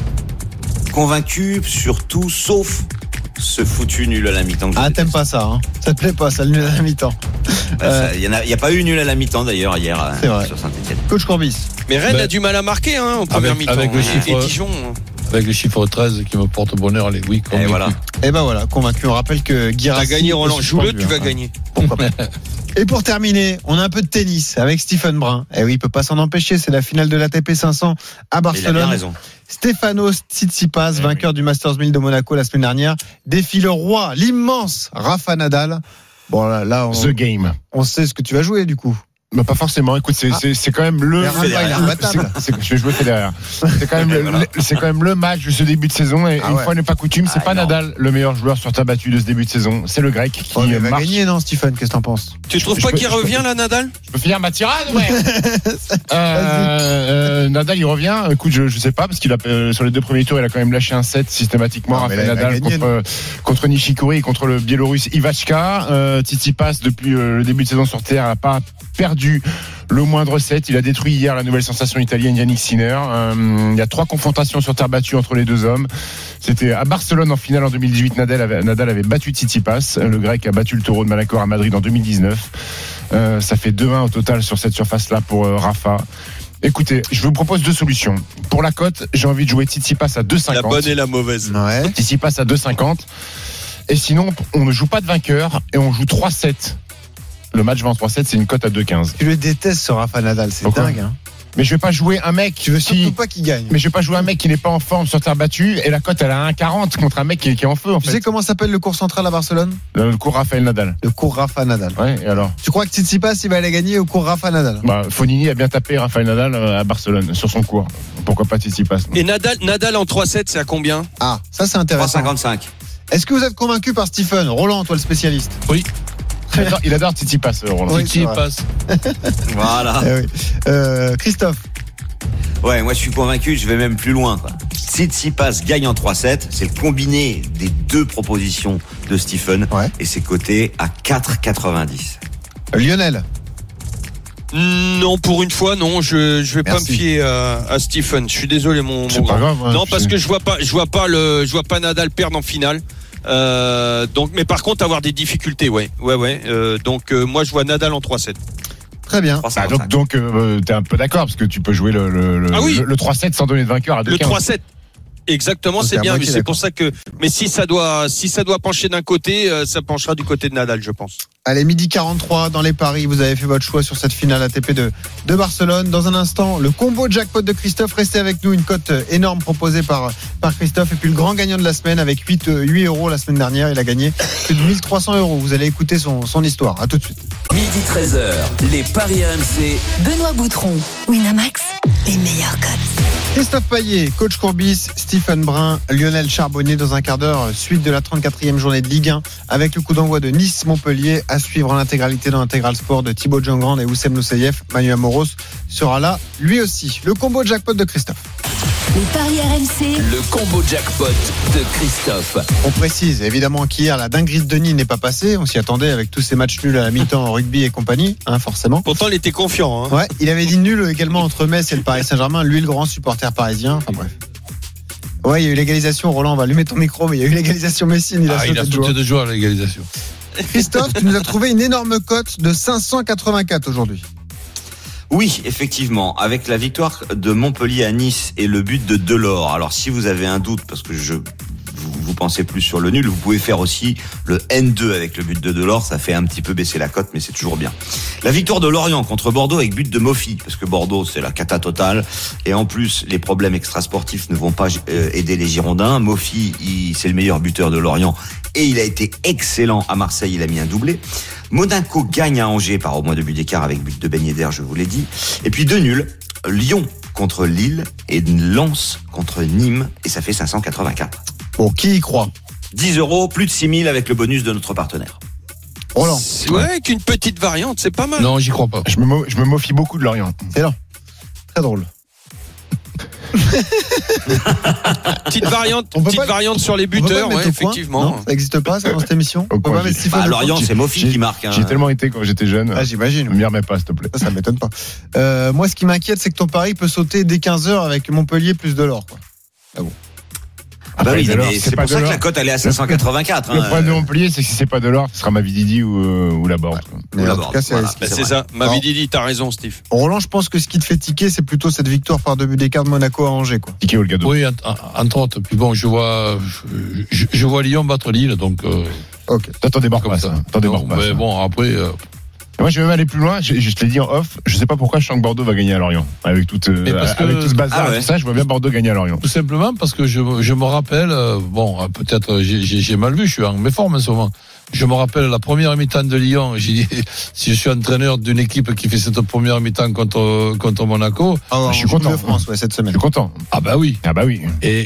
[SPEAKER 6] Convaincu surtout, sauf ce foutu nul à la mi-temps.
[SPEAKER 3] T'aimes pas ça, hein ? Ça te plaît pas, ça, le nul à la mi-temps ?
[SPEAKER 6] Il n'y a pas eu nul à la mi-temps d'ailleurs hier sur Saint-Etienne.
[SPEAKER 3] Coach Courbis.
[SPEAKER 4] Mais Rennes a du mal à marquer en première mi-temps.
[SPEAKER 7] Avec le chiffre,
[SPEAKER 4] et Dijon.
[SPEAKER 7] Avec le chiffre 13 qui me porte bonheur, oui, convaincu.
[SPEAKER 3] Et voilà, convaincu. On rappelle que Guirassy...
[SPEAKER 4] Tu vas gagner, Roland. Joue-le, tu vas gagner.
[SPEAKER 3] Pourquoi pas. Et pour terminer, on a un peu de tennis avec Stephen Brun. Eh oui, il peut pas s'en empêcher, c'est la finale de l'ATP 500 à Barcelone.
[SPEAKER 6] Il a bien raison.
[SPEAKER 3] Stefanos Tsitsipas, vainqueur du Masters 1000 de Monaco la semaine dernière, défie le roi, l'immense Rafa Nadal. Bon là
[SPEAKER 5] The Game.
[SPEAKER 3] On sait ce que tu vas jouer du coup.
[SPEAKER 5] Bah, pas forcément. Écoute, c'est quand même le.
[SPEAKER 3] Je
[SPEAKER 5] vais jouer Federer. C'est quand même le match de ce début de saison. Et une fois n'est pas coutume, c'est pas Nadal le meilleur joueur sur terre battue de ce début de saison. C'est le Grec qui
[SPEAKER 3] va gagner, non, Stephen ? Qu'est-ce que t'en penses ?
[SPEAKER 4] Tu trouves pas qu'il revient là, Nadal ?
[SPEAKER 5] Je peux finir ma tirade, ouais. Nadal, il revient. Écoute, je sais pas parce qu'il a sur les 2 premiers tours, il a quand même lâché un set systématiquement. Rafael Nadal contre Nishikori et contre le Biélorusse Ivashka. Tsitsipas depuis le début de saison sur terre n'a pas perdu le moindre set. Il a détruit hier la nouvelle sensation italienne Yannick Sinner. Il y a 3 confrontations sur terre battue entre les 2 hommes. C'était à Barcelone en finale en 2018. Nadal avait battu Tsitsipas. Le Grec a battu le Taureau de Malakoff à Madrid en 2019. Ça fait 2-1 au total sur cette surface-là pour Rafa. Écoutez, je vous propose 2 solutions. Pour la cote, j'ai envie de jouer Tsitsipas à 2,50.
[SPEAKER 4] La bonne et la mauvaise.
[SPEAKER 3] Ouais.
[SPEAKER 5] Tsitsipas à 2,50. Et sinon, on ne joue pas de vainqueur et on joue 3-7. Le match va en 3-7, c'est une cote à 2,15.
[SPEAKER 3] Tu le détestes, ce Rafa Nadal, c'est dingue. Hein.
[SPEAKER 5] Mais je vais pas jouer un mec.
[SPEAKER 3] Tu veux surtout pas qu'il gagne.
[SPEAKER 5] Mais je vais pas jouer un mec qui n'est pas en forme sur terre battue et la cote elle a 1,40 contre un mec qui est en feu.
[SPEAKER 3] Tu sais comment s'appelle le cours central à Barcelone ?
[SPEAKER 5] Le cours Rafael Nadal.
[SPEAKER 3] Le cours Rafa Nadal.
[SPEAKER 5] Ouais, et alors ?
[SPEAKER 3] Tu crois que Tsitsipas il va aller gagner au cours Rafa Nadal ?
[SPEAKER 5] Fonini a bien tapé Rafael Nadal à Barcelone sur son cours. Pourquoi pas Tsitsipas ?
[SPEAKER 4] Et Nadal en 3-7, c'est à combien ?
[SPEAKER 3] Ah, ça c'est intéressant.
[SPEAKER 6] 3,55.
[SPEAKER 3] Est-ce que vous êtes convaincu par Stephen ? Roland, toi le spécialiste ?
[SPEAKER 7] Oui.
[SPEAKER 5] Il adore Tsitsipas, Roland.
[SPEAKER 3] Oui,
[SPEAKER 7] Tsitsipas.
[SPEAKER 6] Voilà.
[SPEAKER 3] Christophe.
[SPEAKER 6] Ouais, moi je suis convaincu, je vais même plus loin. Tsitsipas gagne en 3-7, c'est le combiné des 2 propositions de Stephen, et c'est coté à 4,90.
[SPEAKER 3] Lionel.
[SPEAKER 4] Non, pour une fois, non. Je vais pas me fier à Stephen. Je suis désolé, mon
[SPEAKER 5] c'est pas grave.
[SPEAKER 4] Non, parce que je vois pas Nadal perdre en finale. Donc, mais par contre, avoir des difficultés, donc, moi, je vois Nadal en 3-7.
[SPEAKER 3] Très bien.
[SPEAKER 5] Donc t'es un peu d'accord parce que tu peux jouer le 3-7 sans donner de vainqueur à 2,15.
[SPEAKER 4] Le 3-7. Exactement, c'est bien vu. C'est pour ça que. Mais si ça doit pencher d'un côté, ça penchera du côté de Nadal, je pense.
[SPEAKER 3] Allez, 12h43 dans les paris. Vous avez fait votre choix sur cette finale ATP de Barcelone. Dans un instant, le combo jackpot de Christophe. Restez avec nous. Une cote énorme proposée par Christophe. Et puis le grand gagnant de la semaine avec 8 euros la semaine dernière. Il a gagné plus de 1300 euros. Vous allez écouter son histoire. À tout de suite.
[SPEAKER 2] 12h-13h, les paris RMC.
[SPEAKER 1] Benoît Boutron, Winamax, les meilleurs cotes.
[SPEAKER 3] Christophe Payet, coach Courbis, Stephen Brun, Lionel Charbonnier dans un quart d'heure, suite de la 34e journée de Ligue 1 avec le coup d'envoi de Nice-Montpellier à suivre en intégralité dans l'intégral sport de Thibaut Jean-Grand et Oussem Lousseyev. Manu Amoros sera là lui aussi. Le combo jackpot de Christophe.
[SPEAKER 1] Les paris RMC.
[SPEAKER 2] Le combo jackpot de Christophe.
[SPEAKER 3] On précise évidemment qu'hier la dinguerie de Denis n'est pas passée. On s'y attendait avec tous ces matchs nuls à la mi-temps en rugby et compagnie, forcément.
[SPEAKER 4] Pourtant, il était confiant.
[SPEAKER 3] Ouais, il avait dit nul également entre Metz et le Paris Saint-Germain. Lui, le grand supporter parisien. Enfin bref. Ouais, il y a eu l'égalisation. Roland, on va allumer ton micro, mais il y a eu l'égalisation Messine. Il a
[SPEAKER 7] sauté de joie à l'égalisation.
[SPEAKER 3] Christophe, tu nous as trouvé une énorme cote de 584 aujourd'hui.
[SPEAKER 6] Oui, effectivement, avec la victoire de Montpellier à Nice et le but de Delors. Alors si vous avez un doute, parce que vous pensez plus sur le nul, vous pouvez faire aussi le N2 avec le but de Delors, ça fait un petit peu baisser la cote, mais c'est toujours bien. La victoire de Lorient contre Bordeaux avec but de Mofi, parce que Bordeaux c'est la cata totale, et en plus les problèmes extrasportifs ne vont pas aider les Girondins. Mofi, c'est le meilleur buteur de Lorient, et il a été excellent à Marseille, il a mis un doublé. Monaco gagne à Angers par au moins 2 buts d'écart avec but de Ben Yedder, je vous l'ai dit. Et puis 2 nuls, Lyon contre Lille et Lens contre Nîmes, et ça fait 584.
[SPEAKER 3] Bon, qui y croit?
[SPEAKER 6] 10 €, plus de 6 000 avec le bonus de notre partenaire.
[SPEAKER 3] Roland.
[SPEAKER 4] Ouais, qu'une petite variante, c'est pas mal.
[SPEAKER 7] Non, j'y crois pas.
[SPEAKER 5] Je me méfie beaucoup de Lorient.
[SPEAKER 3] C'est là. Très drôle.
[SPEAKER 4] Petite variante sur les buteurs, ouais, effectivement.
[SPEAKER 3] Non, ça n'existe pas, ça, dans cette émission.
[SPEAKER 6] Lorient, c'est Mofi qui marque.
[SPEAKER 5] J'ai tellement été quand j'étais jeune.
[SPEAKER 3] Ah, j'imagine.
[SPEAKER 5] Ne m'y remets pas, s'il te plaît.
[SPEAKER 3] Ça m'étonne pas. Moi, ce qui m'inquiète, c'est que ton pari peut sauter dès 15h avec Montpellier plus Delors, quoi. Ah bon.
[SPEAKER 6] Ah bah oui, mais c'est pour ça que la cote elle est à 584.
[SPEAKER 5] Le problème de Montpellier, c'est que si c'est pas Delors, ce sera Mavididi ou Laborde.
[SPEAKER 3] Mais en tout cas,
[SPEAKER 4] c'est ça. Mavididi, t'as raison, Steve.
[SPEAKER 3] Roland, je pense que ce qui te fait tiquer, c'est plutôt cette victoire par 2 buts d'écart de Monaco à Angers, quoi.
[SPEAKER 5] Tiquer ou le gado.
[SPEAKER 7] Oui, entre autres. Puis bon, je vois Lyon battre Lille, donc.
[SPEAKER 3] Ok.
[SPEAKER 5] T'en débarques pas, ça. T'en débarques pas.
[SPEAKER 7] Mais bon, après.
[SPEAKER 5] Moi, je vais même aller plus loin. Je te l'ai dit en off. Je sais pas pourquoi je sens que Bordeaux va gagner à Lorient. Avec tout ce bazar, tout ça, je vois bien Bordeaux gagner à Lorient.
[SPEAKER 7] Tout simplement parce que je me rappelle, peut-être j'ai mal vu, je suis en méforme en ce moment. Je me rappelle la première mi-temps de Lyon. J'ai dit, si je suis entraîneur d'une équipe qui fait cette première mi-temps contre Monaco,
[SPEAKER 3] je suis content. De France, ouais, cette semaine.
[SPEAKER 5] Je suis content.
[SPEAKER 7] Ah bah oui.
[SPEAKER 5] Ah bah oui.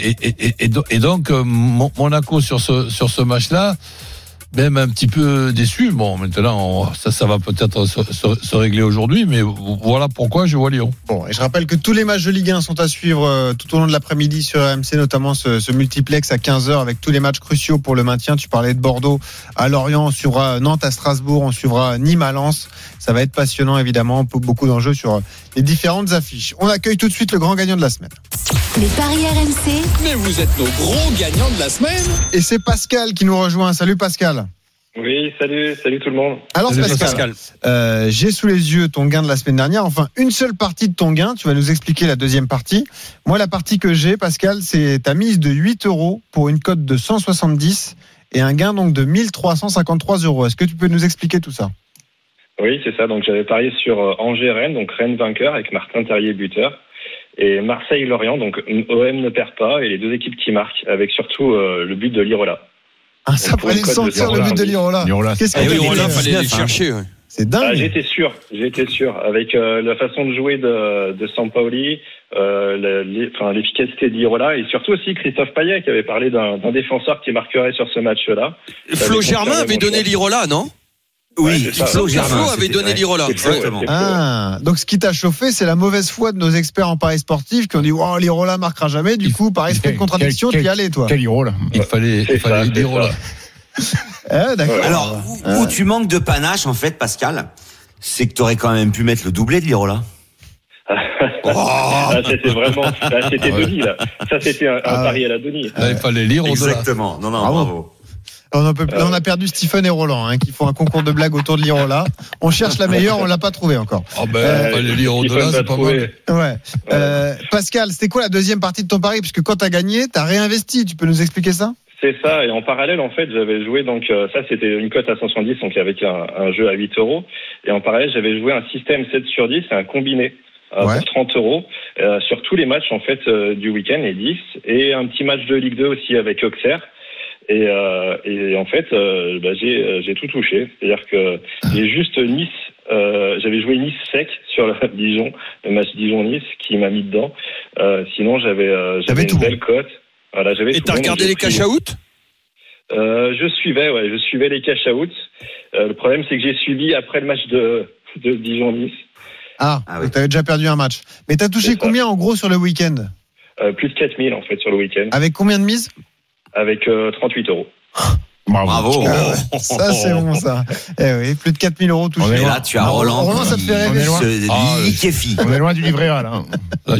[SPEAKER 7] Et donc Monaco sur ce match-là. Même un petit peu déçu. Bon, maintenant, ça va peut-être se régler aujourd'hui, mais voilà pourquoi je vois Lyon.
[SPEAKER 3] Bon, et je rappelle que tous les matchs de Ligue 1 sont à suivre tout au long de l'après-midi sur RMC, notamment ce multiplex à 15h avec tous les matchs cruciaux pour le maintien. Tu parlais de Bordeaux à Lorient, on suivra Nantes à Strasbourg, on suivra Nîmes à Lens. Ça va être passionnant, évidemment, beaucoup d'enjeux sur les différentes affiches. On accueille tout de suite le grand gagnant de la semaine.
[SPEAKER 1] Les paris RMC.
[SPEAKER 2] Mais vous êtes nos gros gagnants de la semaine.
[SPEAKER 3] Et c'est Pascal qui nous rejoint. Salut Pascal.
[SPEAKER 10] Oui, salut tout le monde.
[SPEAKER 3] Alors Pascal, j'ai sous les yeux ton gain de la semaine dernière, enfin une seule partie de ton gain, tu vas nous expliquer la deuxième partie. Moi la partie que j'ai Pascal, c'est ta mise de 8 € pour une cote de 170 et un gain donc de 1353 €. Est-ce que tu peux nous expliquer tout ça ?
[SPEAKER 10] Oui, c'est ça, donc j'avais parié sur Angers-Rennes, donc Rennes vainqueur avec Martin Terrier buteur. Et Marseille-Lorient, donc OM ne perd pas et les deux équipes qui marquent, avec surtout le but de Lirola.
[SPEAKER 3] Ah, ça fallait sentir le but de Lirola.
[SPEAKER 5] Qu'est-ce
[SPEAKER 3] que
[SPEAKER 4] Lirola, fallait aller chercher. Ouais.
[SPEAKER 3] C'est dingue.
[SPEAKER 10] J'étais sûr. Avec la façon de jouer de Sampaoli, l'efficacité de Lirola et surtout aussi Christophe Payet qui avait parlé d'un défenseur qui marquerait sur ce match-là.
[SPEAKER 4] Flo Germain avait donné Lirola, non ?
[SPEAKER 6] Oui,
[SPEAKER 4] Flo avait donné Lirola.
[SPEAKER 6] Exactement.
[SPEAKER 3] Ah, donc ce qui t'a chauffé, c'est la mauvaise foi de nos experts en paris sportifs qui ont dit oh, Lirola marquera jamais. Du coup, par esprit de contradiction, tu y allais, toi.
[SPEAKER 5] Quel Lirola ?
[SPEAKER 7] Il fallait Lirola.
[SPEAKER 3] D'accord.
[SPEAKER 6] Alors, où tu manques de panache, en fait, Pascal, c'est que tu aurais quand même pu mettre le doublé de Lirola.
[SPEAKER 10] C'était Denis, là. Ça, c'était un pari à la Denis.
[SPEAKER 7] Là, il fallait lire au-delà.
[SPEAKER 6] Exactement. Non, bravo.
[SPEAKER 3] On a perdu Stephen et Roland qui font un concours de blagues autour de Lirola. On cherche la meilleure, on l'a pas trouvée encore.
[SPEAKER 7] Fallait lire au-delà, c'est pas mal.
[SPEAKER 3] Ouais. Pascal, c'était quoi la deuxième partie de ton pari ? Puisque quand t'as gagné, t'as réinvesti. Tu peux nous expliquer ça ?
[SPEAKER 10] C'est ça, et en parallèle, en fait, j'avais joué, donc, ça, c'était une cote à 170, donc avec un jeu à 8 €. Et en parallèle, j'avais joué un système 7 sur 10, un combiné, pour 30 €, sur tous les matchs, en fait, du week-end, les 10, et un petit match de Ligue 2 aussi avec Auxerre. Et en fait, j'ai tout touché. C'est-à-dire que j'ai juste Nice, j'avais joué Nice sec sur le Dijon, le match Dijon-Nice, qui m'a mis dedans. Sinon, j'avais une belle cote. Voilà,
[SPEAKER 4] et t'as regardé les cash-out ?
[SPEAKER 10] Je suivais les cash-out. Le problème, c'est que j'ai suivi après le match de Dijon-Nice.
[SPEAKER 3] Ah oui. T'avais déjà perdu un match. Mais t'as touché combien en gros sur le week-end ?
[SPEAKER 10] Plus de 4000 en fait sur le week-end.
[SPEAKER 3] Avec combien de mise ?
[SPEAKER 10] Avec 38 €.
[SPEAKER 6] Bravo.
[SPEAKER 3] Ça, c'est bon, ça. Oui, plus de 4000 € touchés.
[SPEAKER 6] Et là, tu as Roland.
[SPEAKER 3] Roland, ça te fait rêver.
[SPEAKER 6] On
[SPEAKER 5] est loin du livret A, là.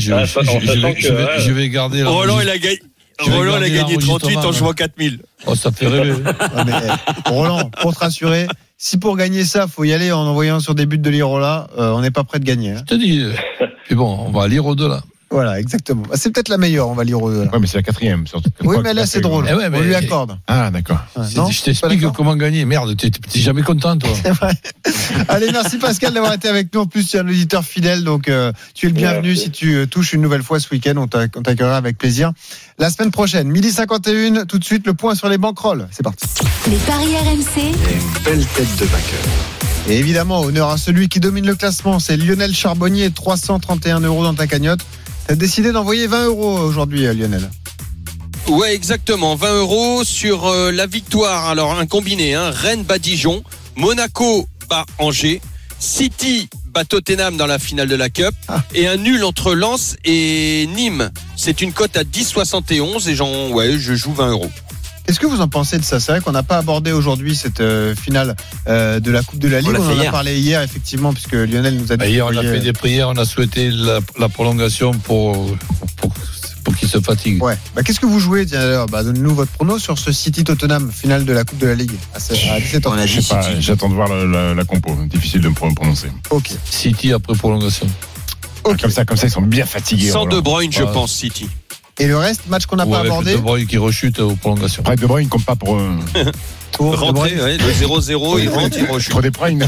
[SPEAKER 7] Je vais garder la.
[SPEAKER 4] Roland, il a gagné 38 en jouant 4000.
[SPEAKER 7] Oh, ça fait rêver.
[SPEAKER 3] Roland, pour te rassurer, si pour gagner ça, faut y aller en envoyant sur des buts de l'Irola, on n'est pas prêt de gagner. Hein.
[SPEAKER 7] Je te dis, mais bon, on va lire au-delà.
[SPEAKER 3] Voilà, exactement. C'est peut-être la meilleure, on va lire au-delà.
[SPEAKER 5] Ouais, mais c'est la 4e, surtout.
[SPEAKER 3] Oui, mais là, c'est drôle.
[SPEAKER 7] Eh ouais, mais-
[SPEAKER 3] On lui accorde.
[SPEAKER 5] Ah, d'accord.
[SPEAKER 3] Non,
[SPEAKER 7] Je t'explique comment gagner. Merde, t'es jamais content, toi.
[SPEAKER 3] C'est vrai. Allez, merci Pascal d'avoir été avec nous. En plus, tu es un auditeur fidèle, donc tu es le bienvenu.
[SPEAKER 10] Merci.
[SPEAKER 3] Si tu touches une nouvelle fois ce week-end, on t'accueillera avec plaisir. La semaine prochaine, 12h51, tout de suite, le point sur les banquerolles. C'est parti.
[SPEAKER 1] Les paris RMC,
[SPEAKER 2] Une belle tête de vainqueur.
[SPEAKER 3] Et évidemment, honneur à celui qui domine le classement, c'est Lionel Charbonnier, 331 € dans ta cagnotte. T'as décidé d'envoyer 20 € aujourd'hui, Lionel.
[SPEAKER 4] Ouais, exactement. 20 € sur la victoire. Alors, un combiné, hein. Rennes bat Dijon, Monaco bat Angers, City bat Tottenham dans la finale de la Cup et un nul entre Lens et Nîmes. C'est une cote à 10,71 et je joue 20 €.
[SPEAKER 3] Qu'est-ce que vous en pensez de ça? C'est vrai qu'on n'a pas abordé aujourd'hui cette finale de la Coupe de la Ligue.
[SPEAKER 6] l'a
[SPEAKER 3] On
[SPEAKER 6] fait
[SPEAKER 3] en a
[SPEAKER 6] hier.
[SPEAKER 3] parlé hier, effectivement, puisque Lionel nous a dit.
[SPEAKER 7] Hier, on a fait des prières, on a souhaité la prolongation pour qu'il se fatigue.
[SPEAKER 3] Ouais. Qu'est-ce que vous jouez, tiens, d'ailleurs? Donnez-nous votre prono sur ce City Tottenham finale de la Coupe de la Ligue à 17h.
[SPEAKER 6] On a
[SPEAKER 5] Je
[SPEAKER 6] dit
[SPEAKER 5] sais pas,
[SPEAKER 6] City.
[SPEAKER 5] j'attends de voir la compo. Difficile de me prononcer.
[SPEAKER 3] Ok.
[SPEAKER 7] City après prolongation.
[SPEAKER 3] Ok.
[SPEAKER 5] Comme ça, ils sont bien fatigués.
[SPEAKER 4] Sans
[SPEAKER 5] Roland.
[SPEAKER 4] De Bruyne, je
[SPEAKER 7] Ouais.
[SPEAKER 4] pense, City.
[SPEAKER 3] Et le reste, match qu'on n'a
[SPEAKER 7] Ou
[SPEAKER 3] pas
[SPEAKER 7] avec
[SPEAKER 3] abordé.
[SPEAKER 7] De Bruyne qui rechute aux prolongations.
[SPEAKER 5] Après, De Bruyne, il compte pas pour
[SPEAKER 3] Pour De
[SPEAKER 4] Rentrer,
[SPEAKER 3] Bruyne.
[SPEAKER 4] ouais, le 0-0, il rentre, il rechute.
[SPEAKER 5] trop des Bruyne.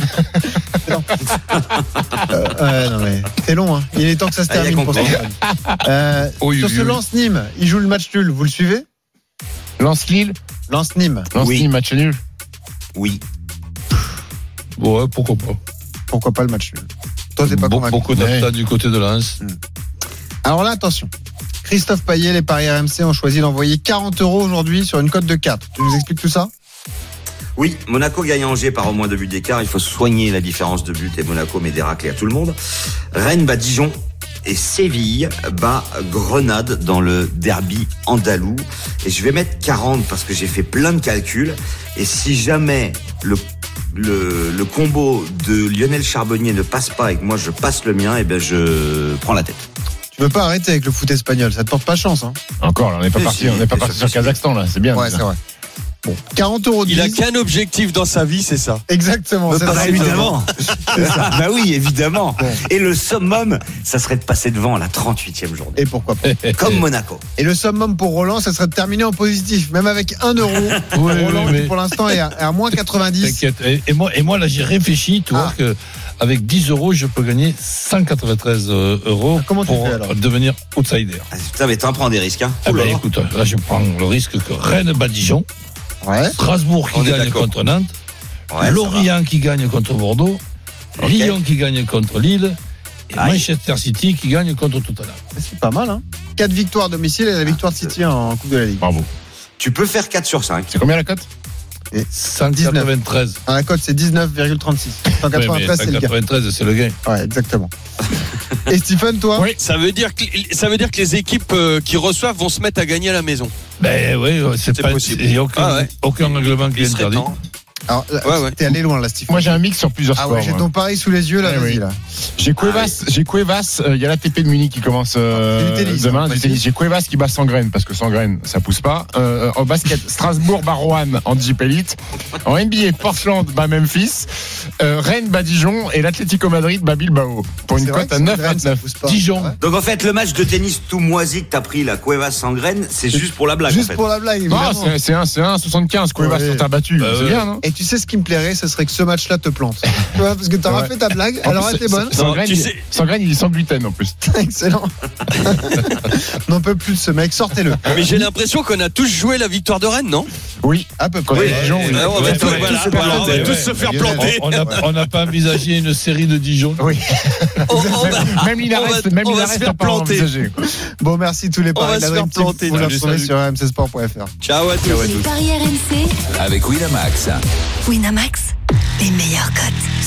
[SPEAKER 3] Non mais c'est long, hein. Il est temps que ça se
[SPEAKER 6] Ah, il a
[SPEAKER 3] termine pour
[SPEAKER 6] compris.
[SPEAKER 3] ça.
[SPEAKER 7] Oui,
[SPEAKER 3] Sur
[SPEAKER 7] oui,
[SPEAKER 3] ce
[SPEAKER 7] oui.
[SPEAKER 3] Lens-Nîmes, il joue le match nul. Vous le suivez?
[SPEAKER 5] Lance-Lille.
[SPEAKER 3] Lens-Nîmes.
[SPEAKER 5] Lance-Lille, match nul.
[SPEAKER 6] Oui.
[SPEAKER 7] Ouais, pourquoi pas.
[SPEAKER 3] Pourquoi pas le match nul? Toi, t'es pas convaincu.
[SPEAKER 7] Beaucoup d'attaques du côté de Lens.
[SPEAKER 3] Alors là, attention. Christophe Payet, les paris RMC ont choisi d'envoyer 40 € aujourd'hui sur une cote de 4. Tu nous expliques tout ça?
[SPEAKER 6] Oui, Monaco gagne Angers par au moins 2 buts d'écart. Il faut soigner la différence de but et Monaco met des raclés à tout le monde. Rennes bat Dijon et Séville bat Grenade dans le derby andalou. Et je vais mettre 40 parce que j'ai fait plein de calculs. Et si jamais le combo de Lionel Charbonnier ne passe pas et que moi je passe le mien, je prends la tête.
[SPEAKER 3] Tu veux pas arrêter avec le foot espagnol, ça te porte pas chance, hein?
[SPEAKER 5] Encore, là, on n'est pas
[SPEAKER 6] Si,
[SPEAKER 5] parti,
[SPEAKER 6] si,
[SPEAKER 5] on n'est pas
[SPEAKER 6] si,
[SPEAKER 5] parti
[SPEAKER 6] si,
[SPEAKER 5] sur
[SPEAKER 6] si.
[SPEAKER 5] Kazakhstan, là. C'est bien.
[SPEAKER 3] Ouais,
[SPEAKER 5] ça.
[SPEAKER 3] c'est vrai. Bon, 40 € de
[SPEAKER 4] Il a
[SPEAKER 3] mise.
[SPEAKER 4] qu'un objectif dans sa vie, c'est ça.
[SPEAKER 3] Exactement. c'est ça.
[SPEAKER 6] Évidemment. Bah oui, évidemment. Et le summum, ça serait de passer devant à la 38e journée.
[SPEAKER 3] Et pourquoi pas?
[SPEAKER 6] Comme Monaco.
[SPEAKER 3] Et le summum pour Roland, ça serait de terminer en positif, même avec 1 €.
[SPEAKER 7] Oui,
[SPEAKER 3] Roland,
[SPEAKER 7] oui,
[SPEAKER 3] qui pour l'instant est à moins 90.
[SPEAKER 7] T'inquiète. Et moi, là, j'ai réfléchi, tu vois, que avec 10 €, je peux gagner 193 €
[SPEAKER 3] Comment tu
[SPEAKER 7] pour
[SPEAKER 3] fais, alors
[SPEAKER 7] devenir outsider.
[SPEAKER 6] Ah, putain, mais t'en prends des risques, hein.
[SPEAKER 7] Ah ben,
[SPEAKER 6] Oula.
[SPEAKER 7] écoute, là, je prends le risque que Rennes bat Dijon,
[SPEAKER 3] Ouais.
[SPEAKER 7] Strasbourg qui
[SPEAKER 4] On est
[SPEAKER 7] gagne
[SPEAKER 4] d'accord.
[SPEAKER 7] contre Nantes,
[SPEAKER 6] Ouais, ça
[SPEAKER 7] Lorient qui gagne contre Bordeaux,
[SPEAKER 6] Ok.
[SPEAKER 7] Lyon qui gagne contre Lille, et
[SPEAKER 6] Aïe.
[SPEAKER 7] Manchester City qui gagne contre Tottenham.
[SPEAKER 3] C'est pas mal, hein? 4 victoires à domicile et la victoire de City en Coupe de la Ligue.
[SPEAKER 5] Bravo.
[SPEAKER 6] va. Tu peux faire 4 sur 5.
[SPEAKER 5] C'est combien la cote?
[SPEAKER 7] 193.
[SPEAKER 3] La cote, c'est 19,36. 193,
[SPEAKER 7] Ouais, mais
[SPEAKER 3] c'est le gars.
[SPEAKER 7] 193, c'est le gain.
[SPEAKER 3] Ouais, exactement. Et Stephen, toi?
[SPEAKER 5] Oui.
[SPEAKER 4] Ça veut dire que les équipes qui reçoivent vont se mettre à gagner à la maison.
[SPEAKER 7] Ben oui, c'est
[SPEAKER 4] C'est
[SPEAKER 7] pas
[SPEAKER 4] possible.
[SPEAKER 7] Il n'y a aucun,
[SPEAKER 4] Ah ouais.
[SPEAKER 7] aucun règlement qui
[SPEAKER 4] Il
[SPEAKER 7] est
[SPEAKER 4] serait
[SPEAKER 7] interdit.
[SPEAKER 4] temps.
[SPEAKER 3] Alors, là,
[SPEAKER 4] Ouais, ouais.
[SPEAKER 3] t'es allé loin, là, Stephen.
[SPEAKER 5] Moi, j'ai un mix sur plusieurs
[SPEAKER 3] Ah
[SPEAKER 5] sports.
[SPEAKER 3] ouais, j'ai
[SPEAKER 5] moi.
[SPEAKER 3] ton pari sous les yeux, là,
[SPEAKER 5] Ouais,
[SPEAKER 3] vas-y,
[SPEAKER 5] oui.
[SPEAKER 3] là.
[SPEAKER 5] J'ai Cuevas, il y a l'ATP de Munich qui commence
[SPEAKER 3] C'est du tennis,
[SPEAKER 5] demain.
[SPEAKER 3] hein,
[SPEAKER 5] Du tennis. J'ai Cuevas qui bat Sangraine parce que Sangraine ça pousse pas. En basket, Strasbourg bat Rouen en Jeep Elite. En NBA, Portland bat Memphis. Rennes bat Dijon et l'Atlético Madrid bat Bilbao pour une
[SPEAKER 3] C'est vrai
[SPEAKER 5] cote
[SPEAKER 3] que
[SPEAKER 5] à
[SPEAKER 3] Sangraine,
[SPEAKER 5] 9 à
[SPEAKER 3] ça
[SPEAKER 5] 9.
[SPEAKER 3] pousse pas.
[SPEAKER 7] Dijon.
[SPEAKER 3] Ouais.
[SPEAKER 6] Donc en fait, le match de tennis tout moisi que t'as pris, la Cuevas sans graines, c'est juste pour la blague.
[SPEAKER 3] Juste
[SPEAKER 6] en fait.
[SPEAKER 3] pour la blague,
[SPEAKER 5] Non,
[SPEAKER 3] évidemment.
[SPEAKER 5] c'est un 75. Cuevas
[SPEAKER 3] Ouais.
[SPEAKER 5] sont abattus.
[SPEAKER 7] Bah,
[SPEAKER 5] C'est
[SPEAKER 7] ouais.
[SPEAKER 5] bien, non?
[SPEAKER 3] Et tu sais ce qui me plairait, ce serait que ce match-là te plante. Tu vois, parce que t'auras
[SPEAKER 5] Ouais.
[SPEAKER 3] fait ta blague, elle aurait été bonne.
[SPEAKER 5] Sangraine,
[SPEAKER 4] tu sais-
[SPEAKER 5] Sangraine, il est sans gluten en plus.
[SPEAKER 3] Excellent. On n'en peut plus de ce mec, sortez-le.
[SPEAKER 4] Mais j'ai l'impression qu'on a tous joué la victoire de Rennes, non?
[SPEAKER 5] Oui.
[SPEAKER 3] À peu
[SPEAKER 5] Quand
[SPEAKER 3] près.
[SPEAKER 5] il y a Dijon, oui.
[SPEAKER 4] On va
[SPEAKER 7] Ouais,
[SPEAKER 4] tous,
[SPEAKER 7] ouais,
[SPEAKER 4] voilà,
[SPEAKER 3] ouais,
[SPEAKER 4] voilà, on va
[SPEAKER 3] ouais,
[SPEAKER 4] tous
[SPEAKER 3] ouais,
[SPEAKER 4] se faire
[SPEAKER 3] ouais,
[SPEAKER 4] planter.
[SPEAKER 7] On n'a pas envisagé une série de Dijon.
[SPEAKER 5] Oui.
[SPEAKER 4] On va-
[SPEAKER 5] Même Linares,
[SPEAKER 4] on va-
[SPEAKER 5] même
[SPEAKER 4] on va
[SPEAKER 5] Linares
[SPEAKER 4] se
[SPEAKER 5] n'a
[SPEAKER 4] faire
[SPEAKER 5] pas
[SPEAKER 4] planter.
[SPEAKER 5] envisagé.
[SPEAKER 3] Bon, merci tous les
[SPEAKER 4] On va
[SPEAKER 3] paris de
[SPEAKER 4] se
[SPEAKER 3] la
[SPEAKER 4] faire
[SPEAKER 3] Dream Team.
[SPEAKER 4] planter.
[SPEAKER 3] Vous la
[SPEAKER 4] Salut,
[SPEAKER 3] retrouvez
[SPEAKER 4] salut.
[SPEAKER 3] sur rmcsport.fr.
[SPEAKER 4] Ciao à tous.
[SPEAKER 1] les paris RMC,
[SPEAKER 2] Avec Winamax.
[SPEAKER 1] Winamax, les meilleurs cotes.